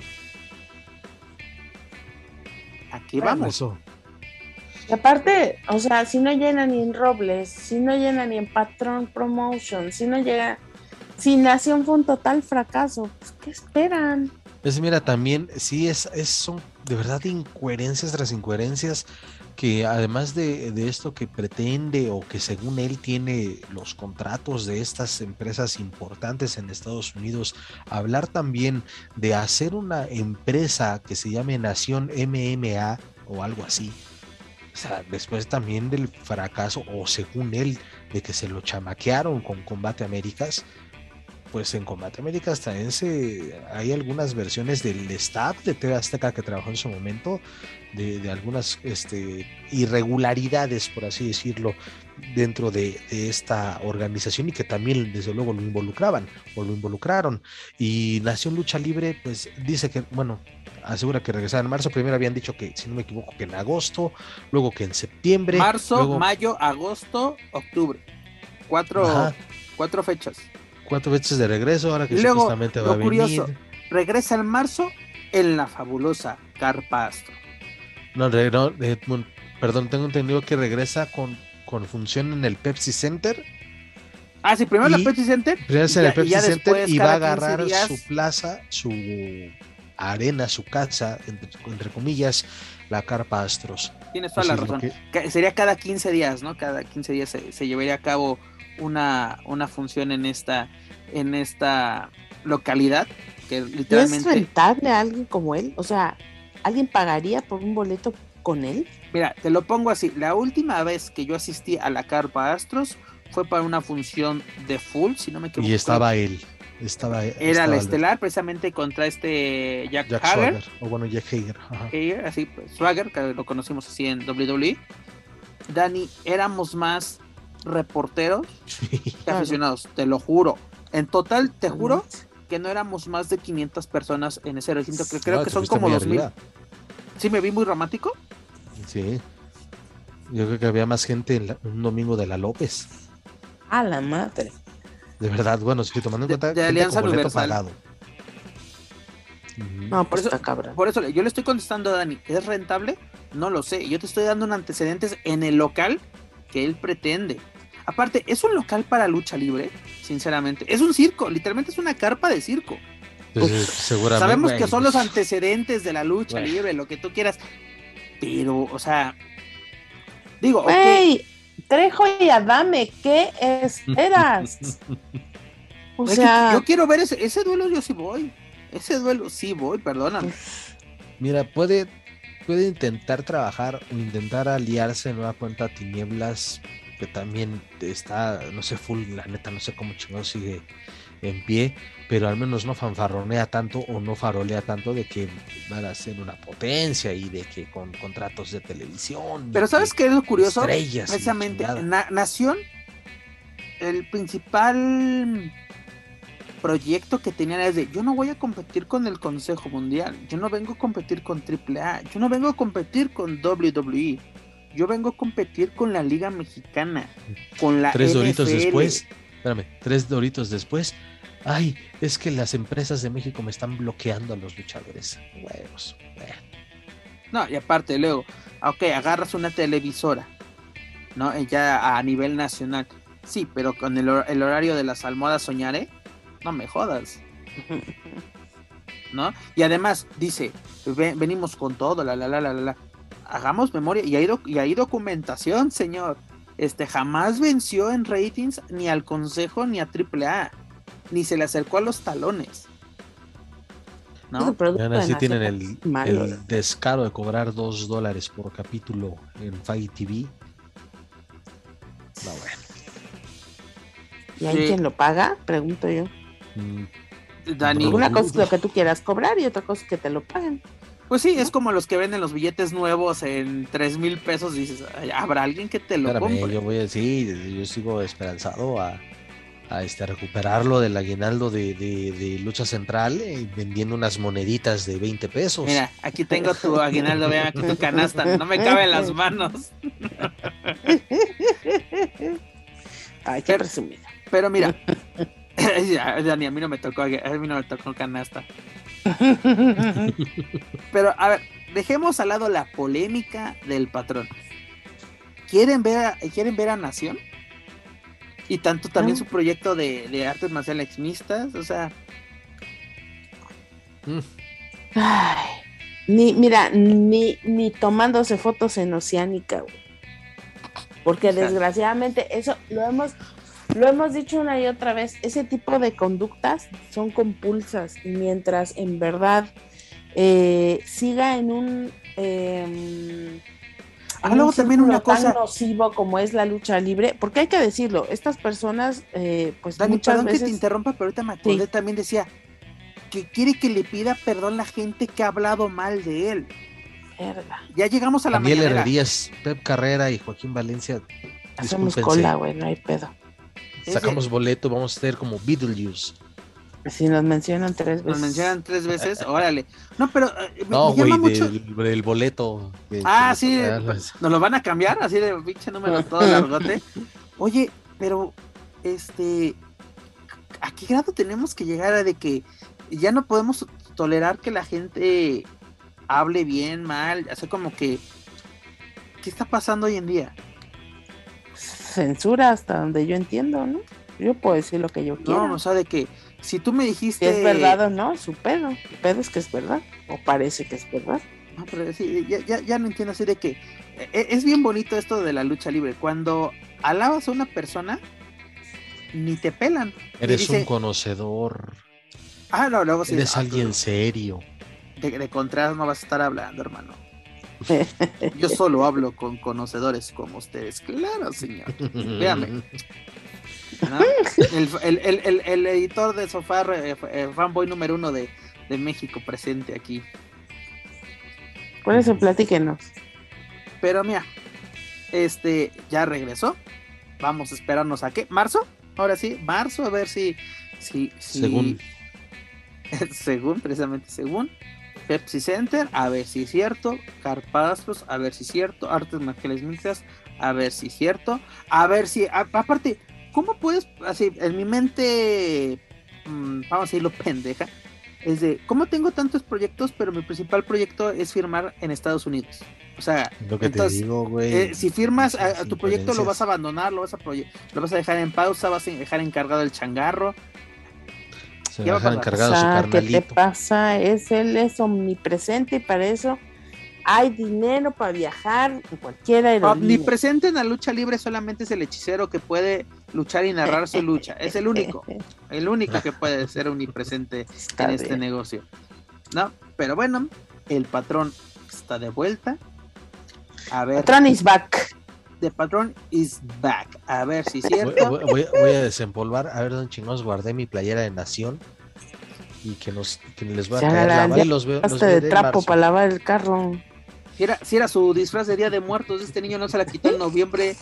Aquí vamos. Eso. Y aparte, o sea, si no llena ni en Robles, si no llena ni en Patrón Promotion, si no llega, si Nación fue un total fracaso, pues ¿qué esperan? Pues mira, también sí son de verdad incoherencias tras incoherencias, que además de esto que pretende o que según él tiene los contratos de estas empresas importantes en Estados Unidos, hablar también de hacer una empresa que se llame Nación MMA o algo así. O sea, después también del fracaso, o según él, de que se lo chamaquearon con Combate Américas, pues en Combate Américas también hay algunas versiones del staff de TV Azteca que trabajó en su momento, de algunas irregularidades, por así decirlo, dentro de esta organización, y que también desde luego lo involucraron. Y Nación Lucha Libre pues dice que, bueno, asegura que regresará en marzo. Primero habían dicho que, si no me equivoco, que en agosto, luego que en septiembre. Marzo, mayo, agosto, octubre. Cuatro fechas. 4 veces de regreso, ahora que luego, supuestamente va a venir. Curioso, regresa en marzo en la fabulosa Carpa Astro. Perdón, tengo entendido que regresa con función en el Pepsi Center. Sí, primero la Pepsi Center. Primero en el Pepsi Center y va a agarrar días, su plaza, su arena, su casa, entre comillas, la Carpa Astros. Tienes toda la razón. Sería cada 15 días, ¿no? Cada 15 días se llevaría a cabo una función en esta localidad, que literalmente... ¿Es rentable a alguien como él? O sea, ¿alguien pagaría por un boleto con él? Mira, te lo pongo así. La última vez que yo asistí a la Carpa Astros fue para una función de Full, si no me equivoco. Y estaba él. Era la estelar, precisamente contra Jack Hager. O bueno, Jack Hager. Hager, así, pues, Swagger, que lo conocimos así en WWE. Dani, éramos más reporteros que aficionados, te lo juro. En total, te juro que no éramos más de 500 personas en ese recinto, que creo que son como 2000. ¿Sí me vi muy romántico? Sí. Yo creo que había más gente un domingo de la López. A la madre. De verdad, bueno, sí, tomando en cuenta de Alianza Universal. Pagado. No, pues está cabrón. Por eso yo le estoy contestando a Dani, ¿es rentable? No lo sé. Yo te estoy dando un antecedentes en el local que él pretende. Aparte, es un local para lucha libre, sinceramente. Es un circo, literalmente es una carpa de circo. Pues, seguramente. Sabemos que son los antecedentes de la lucha libre, lo que tú quieras. Pero, o sea, digo, okay. Trejo y Adame, ¿qué esperas? O sea, yo quiero ver ese duelo, yo sí voy. Ese duelo sí voy, perdóname. Mira, puede intentar trabajar o intentar aliarse en nueva cuenta a Tinieblas, que también está, no sé, Full, la neta, no sé cómo chingado sigue en pie, pero al menos no fanfarronea tanto o no farolea tanto de que van a ser una potencia y de que con contratos de televisión. Pero ¿sabes qué es lo curioso? Estrellas, precisamente, Nación, el principal proyecto que tenían es de: yo no voy a competir con el Consejo Mundial, yo no vengo a competir con AAA, yo no vengo a competir con WWE, yo vengo a competir con la Liga Mexicana, con la Tres NFL. Doritos después. Ay, es que las empresas de México me están bloqueando a los luchadores. Huevos. No, y aparte luego, agarras una televisora, ¿no? Ya a nivel nacional. Sí, pero con el horario de las almohadas soñaré, no me jodas. ¿No? Y además dice, venimos con todo, la. Hagamos memoria, y hay documentación, señor. Jamás venció en ratings ni al Consejo ni a AAA, ni se le acercó a los talones, ¿no? Y así tienen el descaro de cobrar $2 por capítulo en Fight TV. No, bueno. ¿Y hay quien lo paga? Pregunto yo. Dani, una cosa es lo que tú quieras cobrar y otra cosa es que te lo paguen. Pues sí, es como los que venden los billetes nuevos en 3,000 pesos. Dices, ¿habrá alguien que te lo compre? Yo sigo esperanzado a a recuperarlo del aguinaldo de Lucha Central, vendiendo unas moneditas de 20 pesos. Mira, aquí tengo tu aguinaldo, vean, aquí tu canasta, no me cabe en las manos. Ay, qué presumido. Pero mira, Dani, a mí no me tocó canasta. Pero a ver, dejemos al lado la polémica del patrón. ¿Quieren ver a Nación? Y tanto también su proyecto de artes marciales mixtas, o sea. Ay, ni tomándose fotos en Oceánica, güey. Porque desgraciadamente eso lo hemos dicho una y otra vez, ese tipo de conductas son compulsas, y mientras en verdad siga en un luego también una cosa tan nocivo como es la lucha libre, porque hay que decirlo, estas personas pues Dani, muchas perdón veces... que te interrumpa, pero ahorita me acordé, también decía que quiere que le pida perdón la gente que ha hablado mal de él. Verga. Ya llegamos a la Daniel mañanera. Herrerías, Pep Carrera y Joaquín Valencia, Hacemos discúlpense. cola, güey, no hay pedo. Sacamos boleto, vamos a ser como Beetlejuice. Si nos mencionan 3 veces. Nos mencionan 3 veces, órale. No, pero No, me llama güey, mucho. del boleto. Sí, nos lo van a cambiar, así de pinche número todo largote. Oye, pero ¿a qué grado tenemos que llegar a de que ya no podemos tolerar que la gente hable bien, mal? Así como que, ¿qué está pasando hoy en día? Censura hasta donde yo entiendo, ¿no? Yo puedo decir lo que yo quiera. No, o sea, de que si tú me dijiste... Si es verdad o no, su pedo. El pedo es que es verdad. O parece que es verdad. No, pero sí, ya no entiendo, así de que es bien bonito esto de la lucha libre. Cuando alabas a una persona, ni te pelan. Eres un conocedor. No, luego sí. Eres alguien serio. De Contreras no vas a estar hablando, hermano. Yo solo hablo con conocedores como ustedes. Claro, señor. Véame. ¿No? El editor de Sofá, fanboy número 1 de México presente aquí. Por eso platíquenos. Pero mira, ya regresó. Vamos a esperarnos a ¿qué? ¿Marzo? Ahora sí, marzo, a ver si según Pepsi Center, a ver si es cierto. Carpastros, a ver si es cierto. Artes marciales mixtas, a ver si es cierto. A ver si, aparte, ¿cómo puedes, así, en mi mente, vamos a decirlo pendeja, es de, ¿cómo tengo tantos proyectos, pero mi principal proyecto es firmar en Estados Unidos? O sea, lo que entonces, te digo, güey, si firmas a tu proyecto, lo vas a abandonar, lo vas a dejar en pausa, vas a dejar encargado el changarro. Se va a dejar encargado su carnalito. ¿Qué te pasa? Él es omnipresente y para eso hay dinero para viajar en cualquier aerolínea. Omnipresente en la lucha libre solamente es el hechicero que puede luchar y narrar su lucha. Es el único que puede ser omnipresente en este negocio. No, pero bueno, el patrón está de vuelta. A ver. Patrón is back. The Patrón is back. A ver si es cierto. Voy a desempolvar. A ver dónde chingados guardé mi playera de Nación. Y que les va a caer la bala y los veo. Hasta de trapo para lavar el carro. Si era su disfraz de Día de Muertos, este niño no se la quitó en noviembre.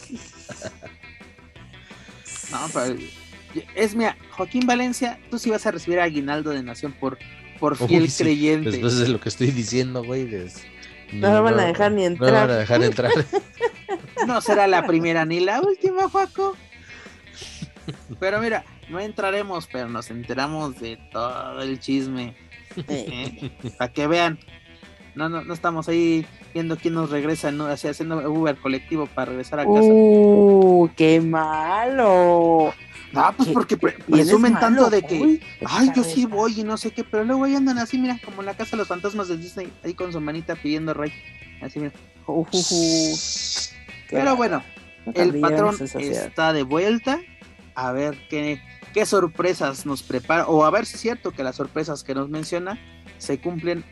No, pero mira, Joaquín Valencia, tú sí vas a recibir aguinaldo de Nación por fiel creyente. Después de lo que estoy diciendo, güey. No lo van a dejar ni entrar. No lo van a dejar entrar. No será la primera ni la última, Joaco. Pero mira, no entraremos, pero nos enteramos de todo el chisme. Para que vean. No estamos ahí viendo quién nos regresa, ¿no? Así, haciendo Uber colectivo para regresar a casa. ¡Qué malo! No, pues porque presumen tanto de que, yo sí voy y no sé qué, pero luego ahí andan así, mira, como en la casa de los fantasmas de Disney, ahí con su manita pidiendo rey. Así, mira. Pero bueno, el patrón está de vuelta. A ver qué sorpresas nos prepara, o a ver si es cierto que las sorpresas que nos menciona se cumplen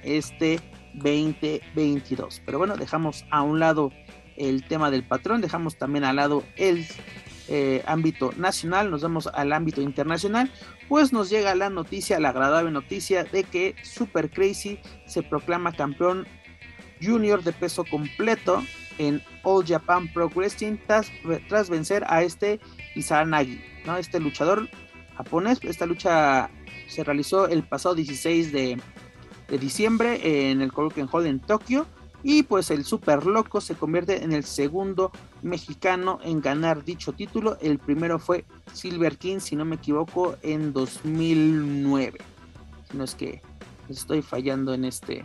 2022. Pero bueno, dejamos a un lado el tema del patrón, dejamos también al lado el ámbito nacional, nos vamos al ámbito internacional, pues nos llega la agradable noticia de que Super Crazy se proclama campeón junior de peso completo en All Japan Pro Wrestling tras vencer a Izanagi, ¿no? Este luchador japonés. Esta lucha se realizó el pasado 16 de diciembre en el Korakuen Hall en Tokio, y pues el Super Loco se convierte en el segundo mexicano en ganar dicho título. El primero fue Silver King, si no me equivoco, en 2009, si no es que estoy fallando en este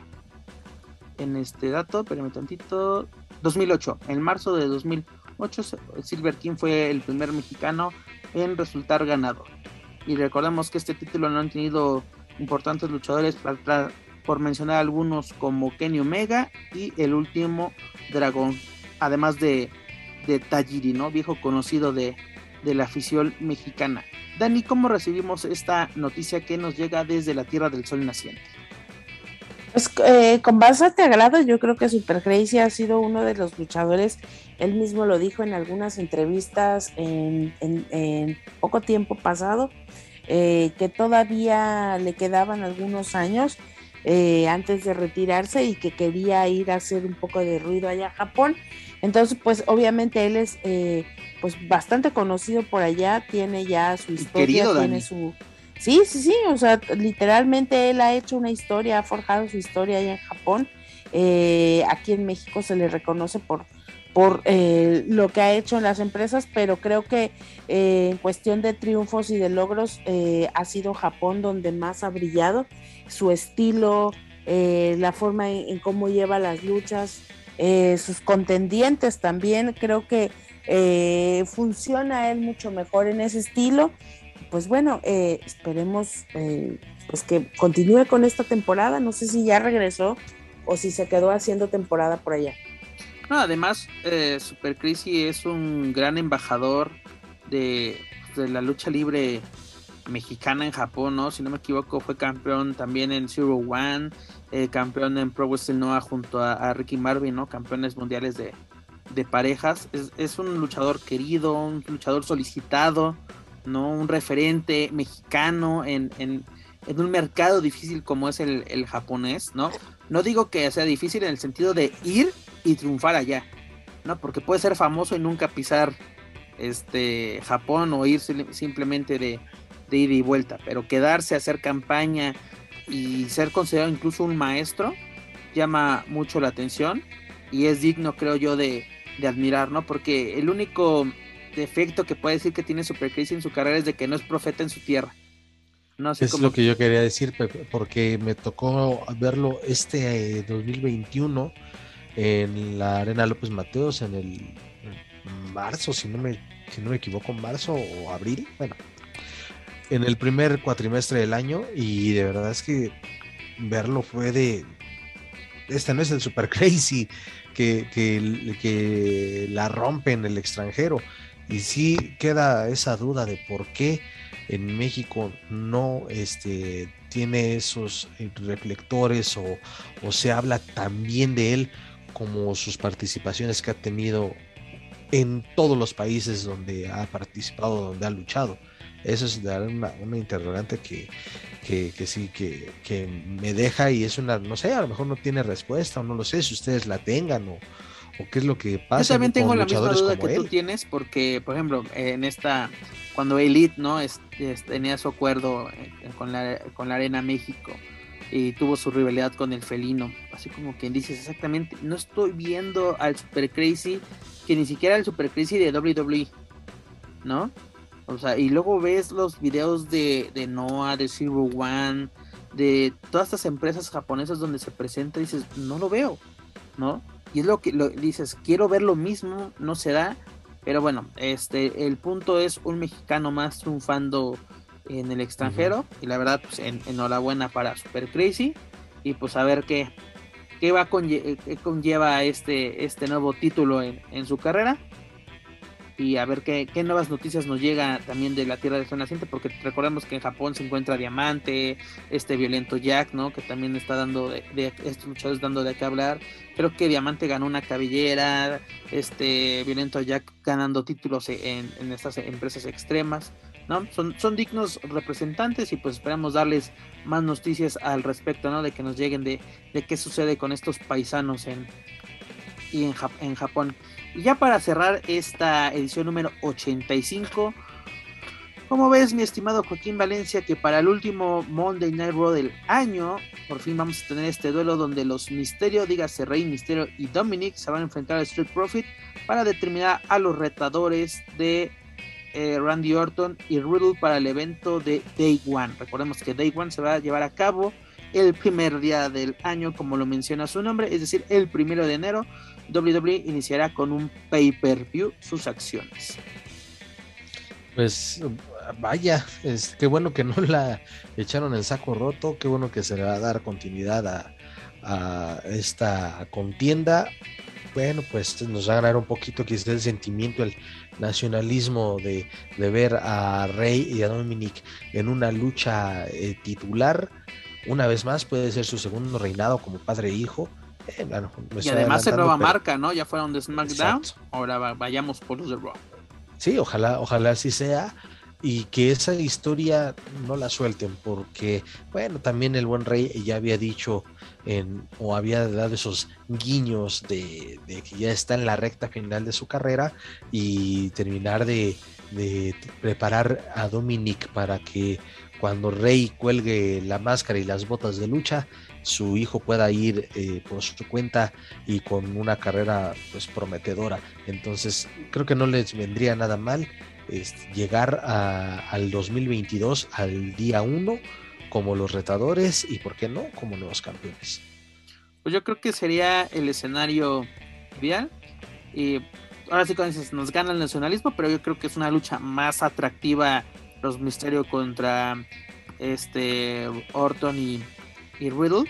dato, espérame tantito. 2008, en marzo de 2008 Silver King fue el primer mexicano en resultar ganador. Y recordemos que este título no han tenido importantes luchadores, por mencionar algunos, como Kenny Omega y el último Dragón, además de Tajiri, ¿no? Viejo conocido de la afición mexicana. Dani, ¿cómo recibimos esta noticia que nos llega desde la Tierra del Sol Naciente? Pues con bastante agrado. Yo creo que Super Crazy ha sido uno de los luchadores, él mismo lo dijo en algunas entrevistas en poco tiempo pasado, que todavía le quedaban algunos años antes de retirarse y que quería ir a hacer un poco de ruido allá a Japón. Entonces, pues obviamente él es pues bastante conocido por allá, tiene ya su historia, querido, tiene Dani. su... Sí, o sea, literalmente él ha hecho una historia, ha forjado su historia allá en Japón. Aquí en México se le reconoce por lo que ha hecho en las empresas, pero creo que en cuestión de triunfos y de logros ha sido Japón donde más ha brillado. Su estilo, la forma en cómo lleva las luchas, sus contendientes también, creo que funciona él mucho mejor en ese estilo. Pues bueno, esperemos pues que continúe con esta temporada. No sé si ya regresó o si se quedó haciendo temporada por allá. No, además, Super Crazy es un gran embajador de la lucha libre mexicana en Japón, ¿no? Si no me equivoco, fue campeón también en Zero One, campeón en Pro Wrestling Noah junto a Ricky Marvin, ¿no? Campeones mundiales de parejas. Es un luchador querido, un luchador solicitado, ¿no? Un referente mexicano en un mercado difícil como es el japonés, ¿no? No digo que sea difícil en el sentido de ir y triunfar allá, ¿no? Porque puede ser famoso y nunca pisar Japón, o ir simplemente de ida y vuelta, pero quedarse a hacer campaña y ser considerado incluso un maestro llama mucho la atención y es digno, creo yo, de admirar, ¿no? Porque el único defecto que puede decir que tiene Super Crazy en su carrera es de que no es profeta en su tierra. No sé Es cómo... lo que yo quería decir, Pepe, porque me tocó verlo 2021 en la Arena López Mateos en marzo, si no me equivoco, marzo o abril, bueno, en el primer cuatrimestre del año, y de verdad es que verlo fue no es el Super Crazy que la rompe en el extranjero, y sí queda esa duda de por qué en México no tiene esos reflectores o se habla tan bien de él como sus participaciones que ha tenido en todos los países donde ha participado, donde ha luchado. Eso es una interrogante que sí, que me deja, y es no sé, a lo mejor no tiene respuesta, o no lo sé, si ustedes la tengan o qué es lo que pasa. Yo también tengo con la misma luchadores duda como que tú él. tienes, porque, por ejemplo, cuando Elite, ¿no? Tenía su acuerdo con la Arena México y tuvo su rivalidad con el Felino, así como quien dices, exactamente, no estoy viendo al Super Crazy, que ni siquiera el Super Crazy de WWE, ¿no? O sea, y luego ves los videos de Noah, de Zero One, de todas estas empresas japonesas donde se presenta, y dices, no lo veo, ¿no? Y es lo que dices, quiero ver lo mismo, no se da, pero bueno, el punto es un mexicano más triunfando en el extranjero, y la verdad, pues enhorabuena para Super Crazy, y pues a ver qué conlleva este nuevo título en su carrera, y a ver qué nuevas noticias nos llega también de la Tierra del Sol Naciente, porque recordemos que en Japón se encuentra Diamante, Violento Jack, ¿no? Que también está dando de estos luchadores dando de qué hablar. Creo que Diamante ganó una cabellera, Violento Jack ganando títulos en estas empresas extremas, ¿no? Son dignos representantes, y pues esperamos darles más noticias al respecto, ¿no? De que nos lleguen de qué sucede con estos paisanos en Japón. Y ya para cerrar esta edición número 85, ¿Cómo ves, mi estimado Joaquín Valencia, que para el último Monday Night Raw del año, por fin vamos a tener este duelo donde los Mysterio, dígase Rey Mysterio y Dominic, se van a enfrentar a Street Profit para determinar a los retadores de Randy Orton y Riddle para el evento de Day One? Recordemos que Day One se va a llevar a cabo el primer día del año, como lo menciona su nombre, es decir, el 1 de enero. WWE iniciará con un pay-per-view sus acciones. Pues vaya, qué bueno que no la echaron en saco roto, qué bueno que se le va a dar continuidad a esta contienda. Bueno, pues nos va a ganar un poquito quizás el sentimiento, el nacionalismo de ver a Rey y a Dominic en una lucha titular. Una vez más, puede ser su segundo reinado como padre e hijo. Bueno, y además en nueva marca, ¿no? Ya fueron de SmackDown, exacto. Ahora vayamos por los de Raw. Sí, ojalá así sea, y que esa historia no la suelten, porque, bueno, también el buen Rey ya había dicho o había dado esos guiños de que ya está en la recta final de su carrera y terminar de preparar a Dominic para que cuando Rey cuelgue la máscara y las botas de lucha, su hijo pueda ir por su cuenta y con una carrera pues prometedora. Entonces creo que no les vendría nada mal llegar al 2022 al día 1 como los retadores y por qué no como nuevos campeones. Pues yo creo que sería el escenario ideal, y ahora sí, como dices, nos gana el nacionalismo, pero yo creo que es una lucha más atractiva los Mysterio contra Orton y Riddle,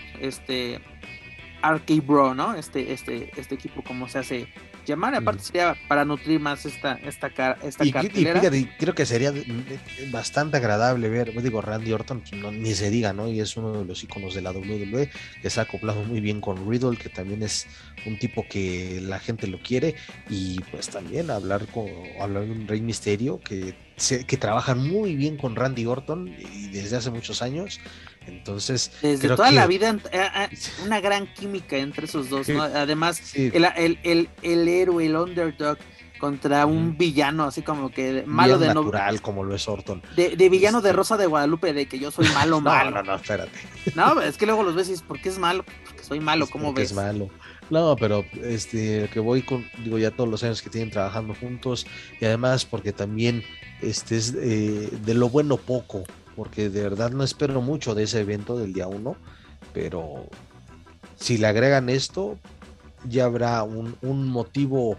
RK Bro, ¿no? Este equipo, como se hace llamar, aparte sería para nutrir más esta cartelera. Y fíjate, creo que sería bastante agradable ver, digo, Randy Orton, ni se diga, ¿no? Y es uno de los íconos de la WWE, que se ha acoplado muy bien con Riddle, que también es un tipo que la gente lo quiere, y pues también hablar de un Rey Mysterio que trabajan muy bien con Randy Orton y desde hace muchos años. Entonces desde toda la vida una gran química entre esos dos, ¿no? Además sí. el héroe, el underdog contra un villano así como que malo bien de natural, como lo es Orton, de villano de Rosa de Guadalupe, de que yo soy malo. No, espérate. No, es que luego los ves y dices, ¿por qué es malo? Porque soy malo, ¿cómo ves? Es malo. No, pero que voy con, digo, ya todos los años que tienen trabajando juntos, y además porque también es de lo bueno poco, porque de verdad no espero mucho de ese evento del día 1, pero si le agregan esto, ya habrá un motivo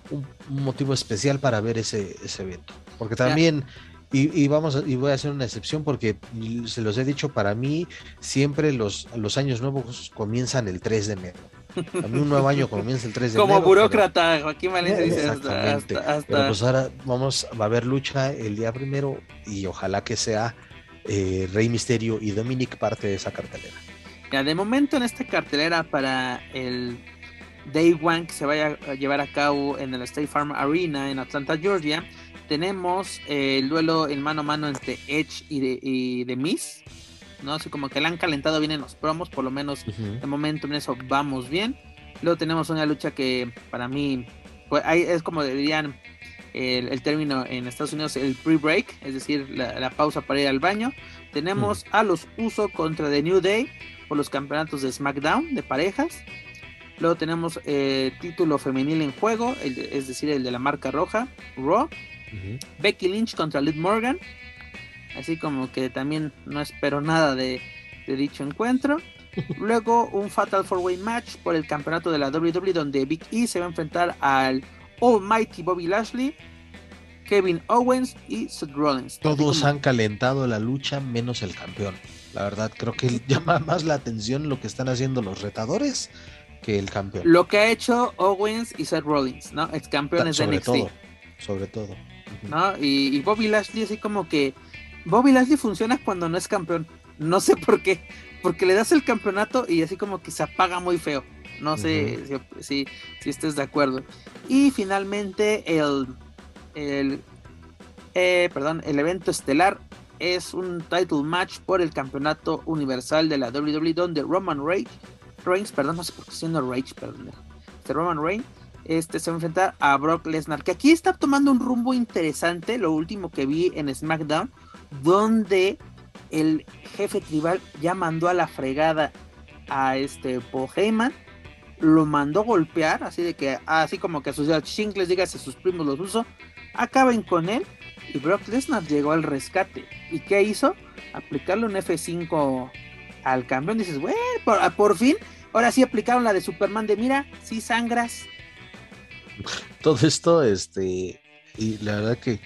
especial para ver ese evento, porque también y voy a hacer una excepción porque se los he dicho, para mí siempre los años nuevos comienzan el 3 de enero. A mí un nuevo año comienza el 3 de como enero. Como burócrata, Joaquín Valencia dice hasta. Pero pues ahora va a haber lucha el día 1 y ojalá que sea Rey Mysterio y Dominic parte de esa cartelera. Ya, de momento en esta cartelera para el Day One que se vaya a llevar a cabo en el State Farm Arena en Atlanta, Georgia, tenemos el duelo en mano a mano entre Edge y The Miz, ¿no? Así como que le han calentado bien en los promos, por lo menos de momento en eso vamos bien. Luego tenemos una lucha que para mí pues, es como dirían el término en Estados Unidos, el pre-break, es decir, la pausa para ir al baño. Tenemos a los Uso contra The New Day por los campeonatos de SmackDown de parejas. Luego tenemos título femenil en juego, es decir, el de la marca roja, Raw. Becky Lynch contra Liv Morgan, así como que también no espero nada de dicho encuentro. Luego un Fatal 4-Way match por el campeonato de la WWE, donde Big E se va a enfrentar al Almighty Bobby Lashley, Kevin Owens y Seth Rollins. Todos han calentado la lucha menos el campeón. La verdad creo que llama más la atención lo que están haciendo los retadores que el campeón. Lo que ha hecho Owens y Seth Rollins, ¿no? Ex campeones de NXT. Sobre todo. ¿No? Y Bobby Lashley, así como que Bobby Lashley funciona cuando no es campeón. No sé por qué. Porque le das el campeonato y así como que se apaga muy feo. No sé si estés de acuerdo. Y finalmente el evento estelar es un title match por el campeonato universal de la WWE, donde Roman Reigns, no sé por qué estoy haciendo Rage, Roman Reigns se va a enfrentar a Brock Lesnar, que aquí está tomando un rumbo interesante, lo último que vi en SmackDown, donde el jefe tribal ya mandó a la fregada a Paul Heyman, lo mandó golpear, así de que, así como que a sus chincles, dígase, sus primos los uso, acaben con él, y Brock Lesnar llegó al rescate. ¿Y qué hizo? Aplicarle un F5 al campeón. Dices, güey, por fin, ahora sí aplicaron la de Superman de mira, sí sangras. Todo esto, y la verdad que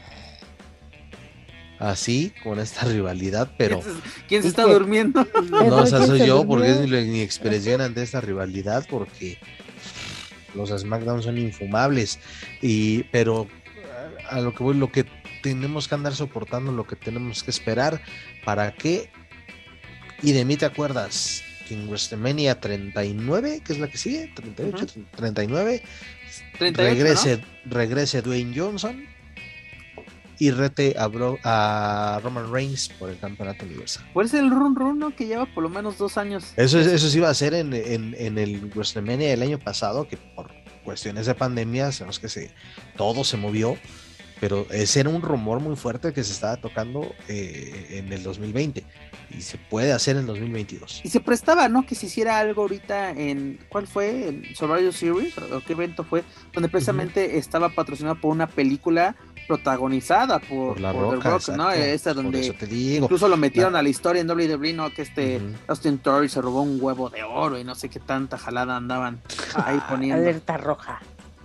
así, con esta rivalidad, pero... ¿Quién se está durmiendo? No, o sea, soy yo, porque es mi expresión ante esta rivalidad, porque los SmackDown son infumables, pero a lo que voy, lo que tenemos que andar soportando, lo que tenemos que esperar, ¿para qué? Y de mí te acuerdas que en WrestleMania 39, que es la que sigue, 38, 39, 38, regrese Dwayne Johnson y rete a Roman Reigns por el campeonato universal. Pues el run, ¿no? Que lleva por lo menos 2 años. Eso se iba a hacer en el WrestleMania del año pasado, que por cuestiones de pandemia, sabemos que todo se movió, pero ese era un rumor muy fuerte que se estaba tocando en el 2020 y se puede hacer en 2022. Y se prestaba, ¿no? Que se hiciera algo ahorita ¿cuál fue? ¿En Survivor Series? ¿O qué evento fue? Donde precisamente estaba patrocinado por una película protagonizada por La por Roca, The Rock, ¿no? Esta donde eso te digo. Incluso lo metieron a la historia en WWE, ¿no? Que Austin Theory se robó un huevo de oro y no sé qué tanta jalada andaban ahí poniendo. Alerta roja.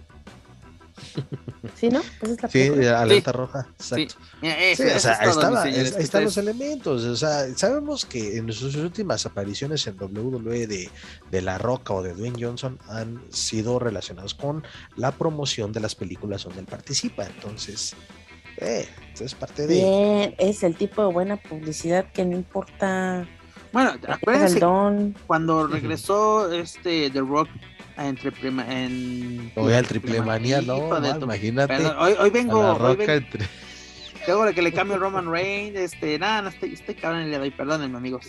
¿Sí, no? Pues es la sí, alerta roja, exacto. Sí. O sea, ahí están los elementos. O sea, sabemos que en sus últimas apariciones en WWE de La Roca o de Dwayne Johnson han sido relacionados con la promoción de las películas donde él participa. Entonces, es parte de... Bien, es el tipo de buena publicidad que no importa. Bueno, acuérdense cuando regresó The Rock al Triple Manía, no, imagínate. Pero hoy vengo entre... Luego de que le cambio Roman Reigns, no estoy cabrón el día de hoy, perdónenme amigos.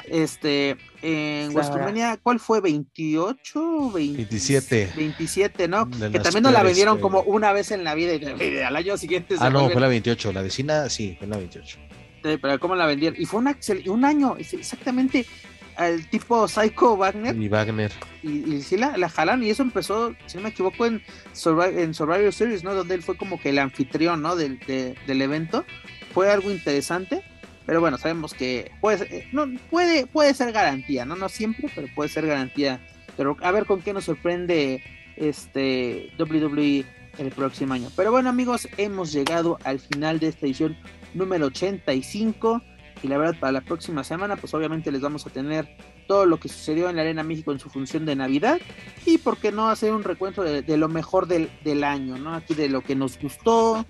En WrestleMania, ¿cuál fue? 28, 27. 27, ¿no? Que también nos la vendieron como una vez en la vida y al año siguiente no, fue la 28, la vecina, sí, fue la 28. Pero ¿cómo la vendieron? Y fue un año, exactamente, al tipo Psycho Wagner. Y Wagner. Y sí la jalan, y eso empezó, si no me equivoco, en Survivor Series, ¿no? Donde él fue como que el anfitrión, ¿no? Del evento. Fue algo interesante, pero bueno, sabemos que puede ser garantía, ¿no? No siempre, pero puede ser garantía. Pero a ver con qué nos sorprende WWE el próximo año. Pero bueno, amigos, hemos llegado al final de esta edición número 85. Y la verdad, para la próxima semana, pues obviamente les vamos a tener todo lo que sucedió en la Arena México en su función de Navidad. Y por qué no hacer un recuento de lo mejor del año, ¿no? Aquí de lo que nos gustó.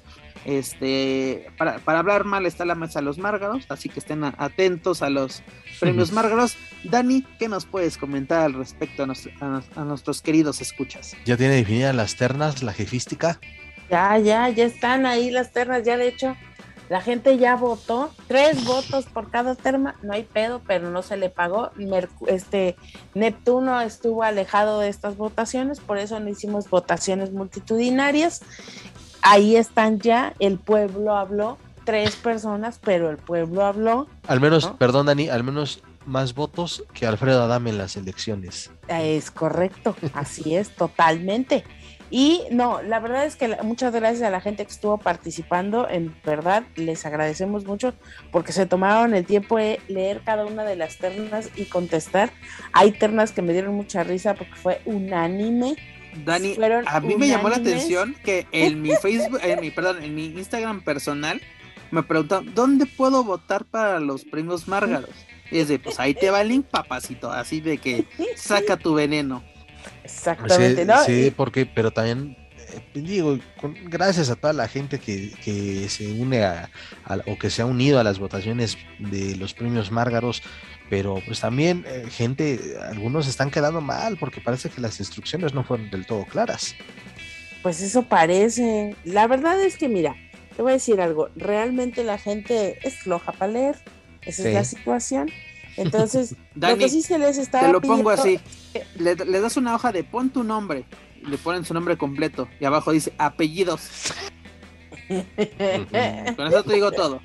Para hablar mal está la mesa de los Márgaros, así que estén atentos a los premios Márgaros. Dani, ¿qué nos puedes comentar al respecto a nuestros queridos escuchas? ¿Ya tiene definidas las ternas, la jefística? Ya están ahí las ternas, ya de hecho la gente ya votó, 3 votos por cada terna, no hay pedo, pero no se le pagó. Neptuno estuvo alejado de estas votaciones, por eso no hicimos votaciones multitudinarias. Ahí están ya, el pueblo habló, 3 personas, pero el pueblo habló. Al menos, ¿no? Perdón Dani, al menos más votos que Alfredo Adame en las elecciones. Es correcto, así es, totalmente. Y no, la verdad es que muchas gracias a la gente que estuvo participando, en verdad les agradecemos mucho porque se tomaron el tiempo de leer cada una de las ternas y contestar. Hay ternas que me dieron mucha risa porque fue unánime. Dani, a mí me llamó la atención que en mi Facebook, en mi Instagram personal me preguntaron, ¿dónde puedo votar para los premios Márgaros? Y es de, pues ahí te va el link, papacito, así de que saca tu veneno. Exactamente, sí, ¿no? Sí, pero también digo, gracias a toda la gente que se une o que se ha unido a las votaciones de los premios Márgaros, pero pues también algunos están quedando mal porque parece que las instrucciones no fueron del todo claras. Pues eso parece. La verdad es que mira, te voy a decir algo, realmente la gente es floja para leer, esa es la situación. Entonces, Dani, lo que sí se les está te lo pidiendo, pongo así, le das una hoja de pon tu nombre le ponen su nombre completo y abajo dice apellidos. Con eso te digo todo.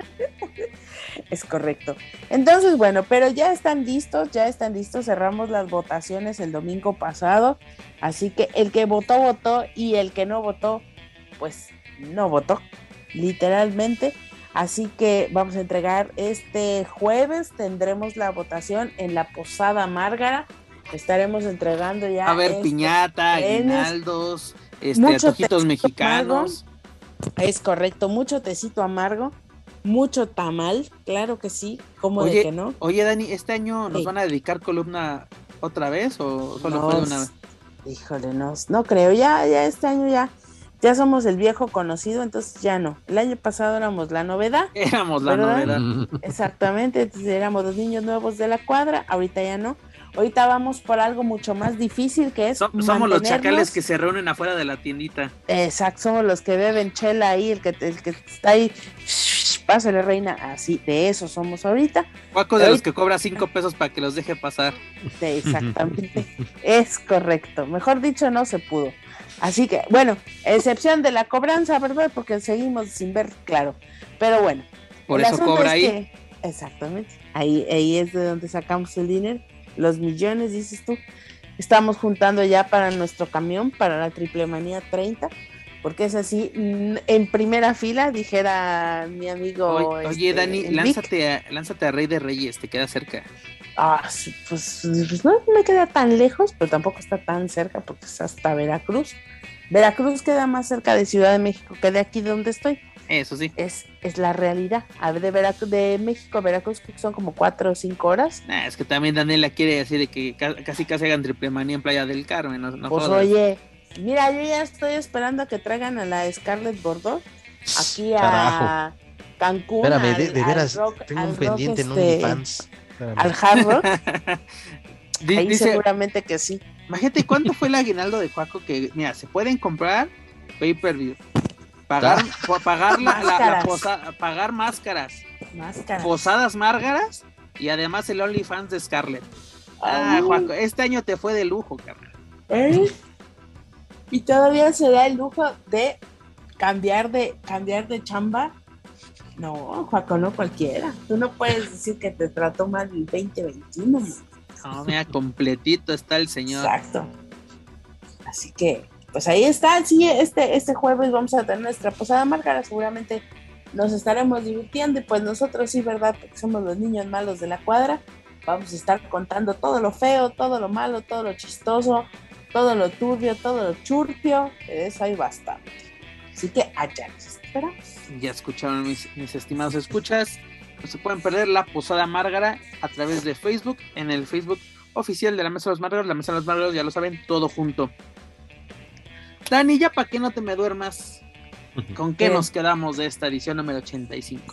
Es correcto. Entonces, bueno, pero ya están listos, cerramos las votaciones el domingo pasado, así que el que votó, votó, y el que no votó, pues no votó, literalmente. Así que vamos a entregar este jueves, tendremos la votación en la Posada Márgara, estaremos entregando ya. A ver, piñata, aguinaldos, antojitos mexicanos. Amargo. Es correcto, mucho tecito amargo, mucho tamal, claro que sí, ¿cómo de que no? Oye, Dani, ¿este año nos van a dedicar columna otra vez o solo fue de una vez? Híjole, no creo, ya este año ya somos el viejo conocido, entonces ya no. El año pasado éramos la novedad. Éramos la novedad. Exactamente, entonces éramos los niños nuevos de la cuadra, ahorita ya no. Ahorita vamos por algo mucho más difícil, que es somos los chacales que se reúnen afuera de la tiendita. Exacto, somos los que beben chela ahí, el que está ahí, pásale reina, así, de eso somos ahorita. Juaco de los que cobra 5 pesos para que los deje pasar. Exactamente, es correcto, mejor dicho no se pudo. Así que, bueno, excepción de la cobranza, ¿verdad? Porque seguimos sin ver claro, pero bueno. Por eso cobra ahí. Exactamente, ahí es de donde sacamos el dinero. Los millones, dices tú. Estamos juntando ya para nuestro camión, para la Triple Manía 30, porque es así, en primera fila, dijera mi amigo. Oye, Dani, lánzate a Rey de Reyes, te queda cerca. Pues no me queda tan lejos, pero tampoco está tan cerca, porque es hasta Veracruz. Veracruz queda más cerca de Ciudad de México que de aquí donde estoy. Eso sí. Es la realidad. De México a Veracruz son como 4 o 5 horas. Es que también Daniela quiere decir de que casi hagan Triple Manía en Playa del Carmen. No pues jodas. Oye, mira, yo ya estoy esperando a que traigan a la Scarlett Bordeaux aquí a Cancún. Espérame, de veras, tengo un pendiente en OnlyFans. Al Hard Rock. Ahí dice, seguramente que sí. Imagínate cuánto fue el aguinaldo de Juaco, que mira, se pueden comprar pay-per-view, pagar pagar máscaras, posadas márgaras y además el OnlyFans de Scarlett. Juaco, este año te fue de lujo, carnal. Y todavía se da el lujo de cambiar de chamba. No, Juaco, no cualquiera. Tú no puedes decir que te trató mal el 2021. No, mira, completito está el señor. Exacto. Así que, pues ahí está. Sí, este jueves vamos a tener nuestra posada Márgara. Seguramente nos estaremos divirtiendo. Y pues nosotros sí, ¿verdad? Porque somos los niños malos de la cuadra. Vamos a estar contando todo lo feo, todo lo malo, todo lo chistoso, todo lo turbio, todo lo churpio. De eso hay bastante. Así que allá nos esperamos. Ya escucharon mis estimados escuchas. No se pueden perder la Posada Márgara a través de Facebook, en el Facebook oficial de la Mesa de los Márgaros. La Mesa de los Márgaros, ya lo saben, todo junto. Dani, ya para que no te me duermas, ¿con qué nos quedamos de esta edición número 85?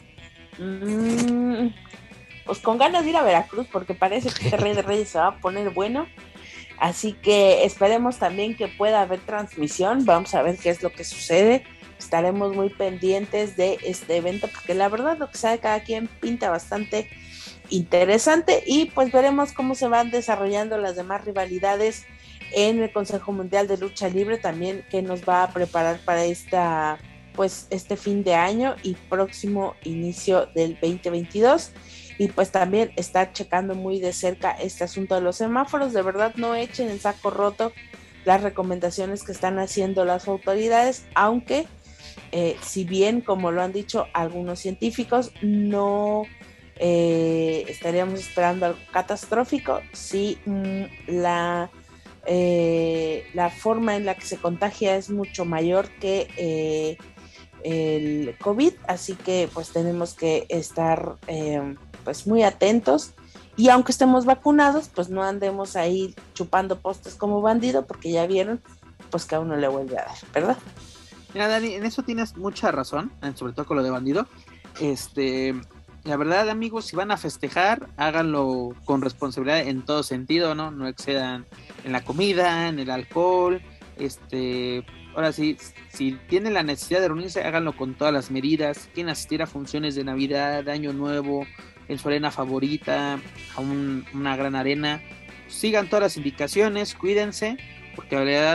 Pues con ganas de ir a Veracruz, porque parece que este Rey de Reyes se va a poner bueno. Así que esperemos también que pueda haber transmisión. Vamos a ver qué es lo que sucede. Estaremos muy pendientes de este evento, porque la verdad lo que sabe cada quien pinta bastante interesante, y pues veremos cómo se van desarrollando las demás rivalidades en el Consejo Mundial de Lucha Libre, también que nos va a preparar para este fin de año y próximo inicio del 2022. Y pues también estar checando muy de cerca este asunto de los semáforos. De verdad, no echen en saco roto las recomendaciones que están haciendo las autoridades, aunque si bien, como lo han dicho algunos científicos, no estaríamos esperando algo catastrófico si la forma en la que se contagia es mucho mayor que el COVID, así que pues tenemos que estar pues muy atentos, y aunque estemos vacunados, pues no andemos ahí chupando postes como bandido, porque ya vieron pues que a uno le vuelve a dar, ¿verdad? Mira, Dani, en eso tienes mucha razón, sobre todo con lo de bandido. La verdad, amigos, si van a festejar, háganlo con responsabilidad en todo sentido, ¿no? No excedan en la comida, en el alcohol. Ahora sí, si tienen la necesidad de reunirse, háganlo con todas las medidas. Quieren asistir a funciones de Navidad, de Año Nuevo, en su arena favorita, a una gran arena, sigan todas las indicaciones, cuídense, porque la verdad,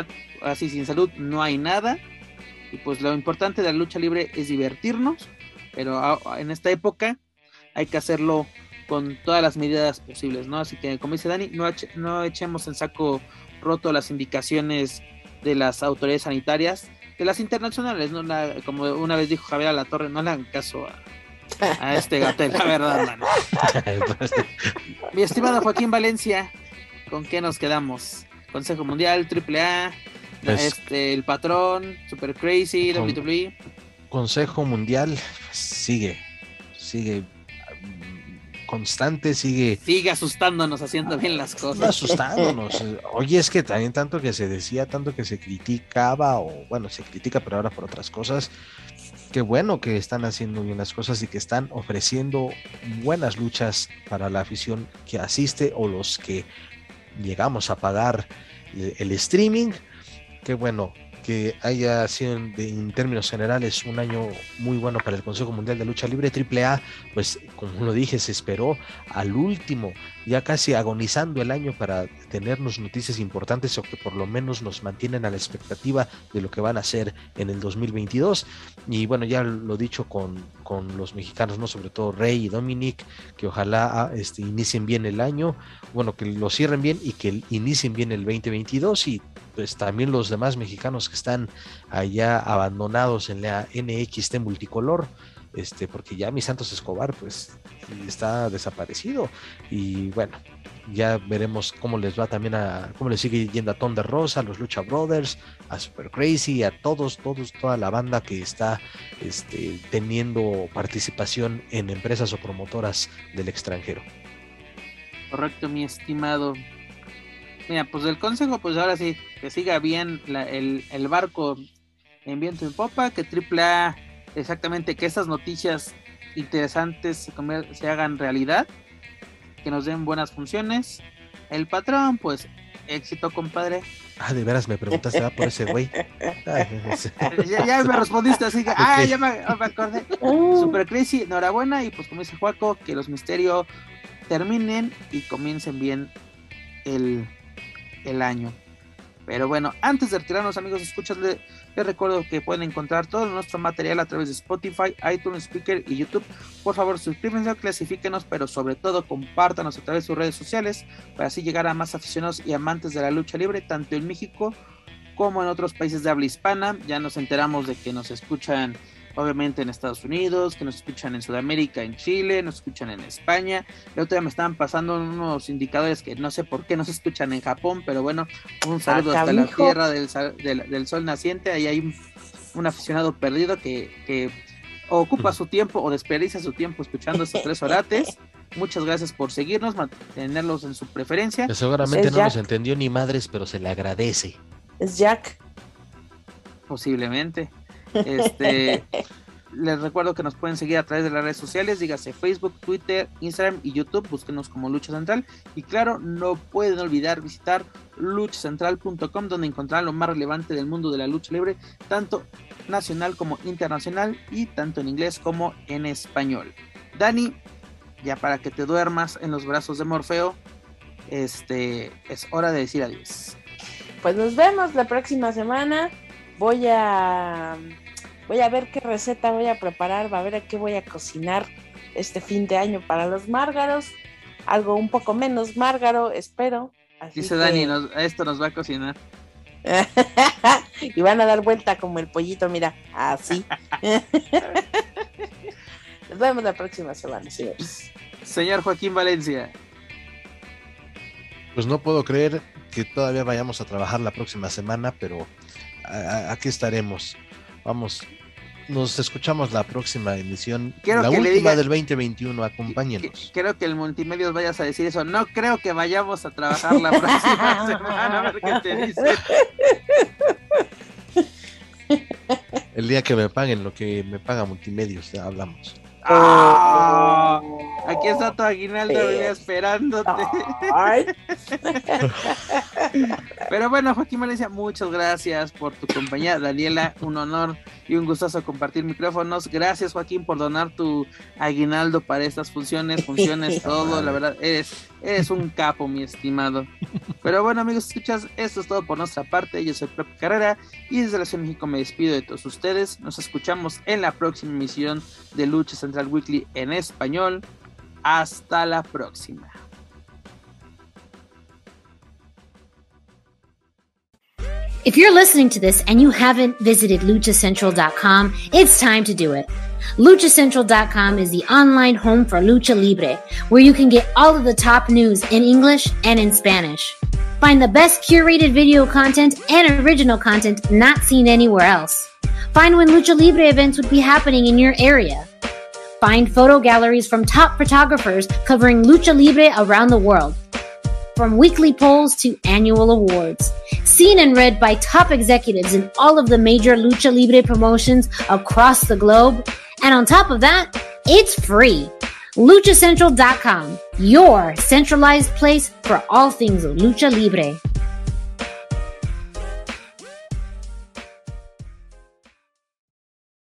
así sin salud no hay nada. Y pues lo importante de la lucha libre es divertirnos, pero en esta época hay que hacerlo con todas las medidas posibles, ¿no? Así que, como dice Dani, no echemos en saco roto las indicaciones de las autoridades sanitarias, de las internacionales, ¿no? Como una vez dijo Javier Alatorre, no le hagan caso a este Gatell, la verdad, mano. Mi estimado Joaquín Valencia, ¿con qué nos quedamos? Consejo Mundial, AAA, Pues, el Patrón, Super Crazy, WWE. Consejo Mundial pues, sigue constante, sigue Asustándonos, haciendo bien las cosas. asustándonos. Oye, es que también tanto que se decía, tanto que se criticaba, o bueno, se critica, pero ahora por otras cosas. Qué bueno que están haciendo bien las cosas y que están ofreciendo buenas luchas para la afición que asiste o los que llegamos a pagar el streaming. Qué bueno que haya sido en términos generales un año muy bueno para el Consejo Mundial de Lucha Libre. AAA, pues como lo dije, se esperó al último, ya casi agonizando el año para tenernos noticias importantes o que por lo menos nos mantienen a la expectativa de lo que van a hacer en el 2022. Y bueno, ya lo dicho con los mexicanos, ¿no? Sobre todo Rey y Dominic, que ojalá inicien bien el año, bueno, que lo cierren bien y que inicien bien el 2022, y pues también los demás mexicanos que están allá abandonados en la NXT multicolor, porque ya mi Santos Escobar pues está desaparecido. Y bueno, ya veremos cómo les va también cómo les sigue yendo a Thunder Rosa, a los Lucha Brothers, a Super Crazy, a toda la banda que está teniendo participación en empresas o promotoras del extranjero. Correcto, mi estimado. Mira, pues del consejo, pues ahora sí, que siga bien el barco en viento en popa, que AAA, exactamente, que estas noticias interesantes se hagan realidad, que nos den buenas funciones. El Patrón, pues, éxito, compadre. Ah, de veras me preguntaste, ¿va por ese güey? Ya me respondiste, así que, Okay. ya me acordé. Super Crazy, enhorabuena, y pues como dice Juaco, que los misterios terminen y comiencen bien el año. Pero bueno, antes de retirarnos, amigos, escuchas, les recuerdo que pueden encontrar todo nuestro material a través de Spotify, iTunes, Speaker y YouTube. Por favor, suscríbanse, clasifíquenos, pero sobre todo compártanos a través de sus redes sociales para así llegar a más aficionados y amantes de la lucha libre, tanto en México como en otros países de habla hispana. Ya nos enteramos de que nos escuchan obviamente en Estados Unidos, que nos escuchan en Sudamérica, en Chile, nos escuchan en España. El otro día me estaban pasando unos indicadores que no sé por qué nos escuchan en Japón, pero bueno, un saludo hasta la tierra del sol naciente. Ahí hay un aficionado perdido que ocupa su tiempo o desperdicia su tiempo escuchando estos tres orates. Muchas gracias por seguirnos, mantenerlos en su preferencia. Que seguramente no nos entendió ni madres, pero se le agradece. Es Jack. Posiblemente. Les recuerdo que nos pueden seguir a través de las redes sociales, dígase Facebook, Twitter, Instagram y YouTube, búsquenos como Lucha Central. Y claro, no pueden olvidar visitar luchacentral.com, donde encontrarán lo más relevante del mundo de la lucha libre, tanto nacional como internacional, y tanto en inglés como en español. Dani, ya para que te duermas en los brazos de Morfeo, es hora de decir adiós. Pues nos vemos la próxima semana. Voy a ver qué receta voy a preparar, va a ver a qué voy a cocinar este fin de año para los márgaros. Algo un poco menos márgaro, espero. Así dice Dani, esto nos va a cocinar. Y van a dar vuelta como el pollito, mira, así. Nos vemos la próxima semana, señores. Señor Joaquín Valencia. Pues no puedo creer que todavía vayamos a trabajar la próxima semana, pero aquí estaremos. Vamos, nos escuchamos la próxima emisión, la última del 2021. Acompáñenos. Quiero que el Multimedios vayas a decir eso. No creo que vayamos a trabajar la próxima semana. A ver qué te dice. El día que me paguen lo que me paga Multimedios, ya hablamos. ¡Ah! Aquí está tu aguinaldo, esperándote. Ay. Pero bueno, Joaquín Valencia, muchas gracias por tu compañía. Daniela, un honor y un gustazo compartir micrófonos. Gracias, Joaquín, por donar tu aguinaldo para estas funciones, todo. La verdad, eres un capo, mi estimado. Pero bueno, amigos, escuchas, esto es todo por nuestra parte. Yo soy Pepe Carrera y desde la Ciudad de México me despido de todos ustedes. Nos escuchamos en la próxima emisión de Lucha Central Weekly en español. Hasta la próxima. If you're listening to this and you haven't visited luchacentral.com, it's time to do it. luchacentral.com is the online home for Lucha Libre, where you can get all of the top news in English and in Spanish. Find the best curated video content and original content not seen anywhere else. Find when Lucha Libre events would be happening in your area. Find photo galleries from top photographers covering Lucha Libre around the world. From weekly polls to annual awards. Seen and read by top executives in all of the major Lucha Libre promotions across the globe. And on top of that, it's free. LuchaCentral.com, your centralized place for all things Lucha Libre.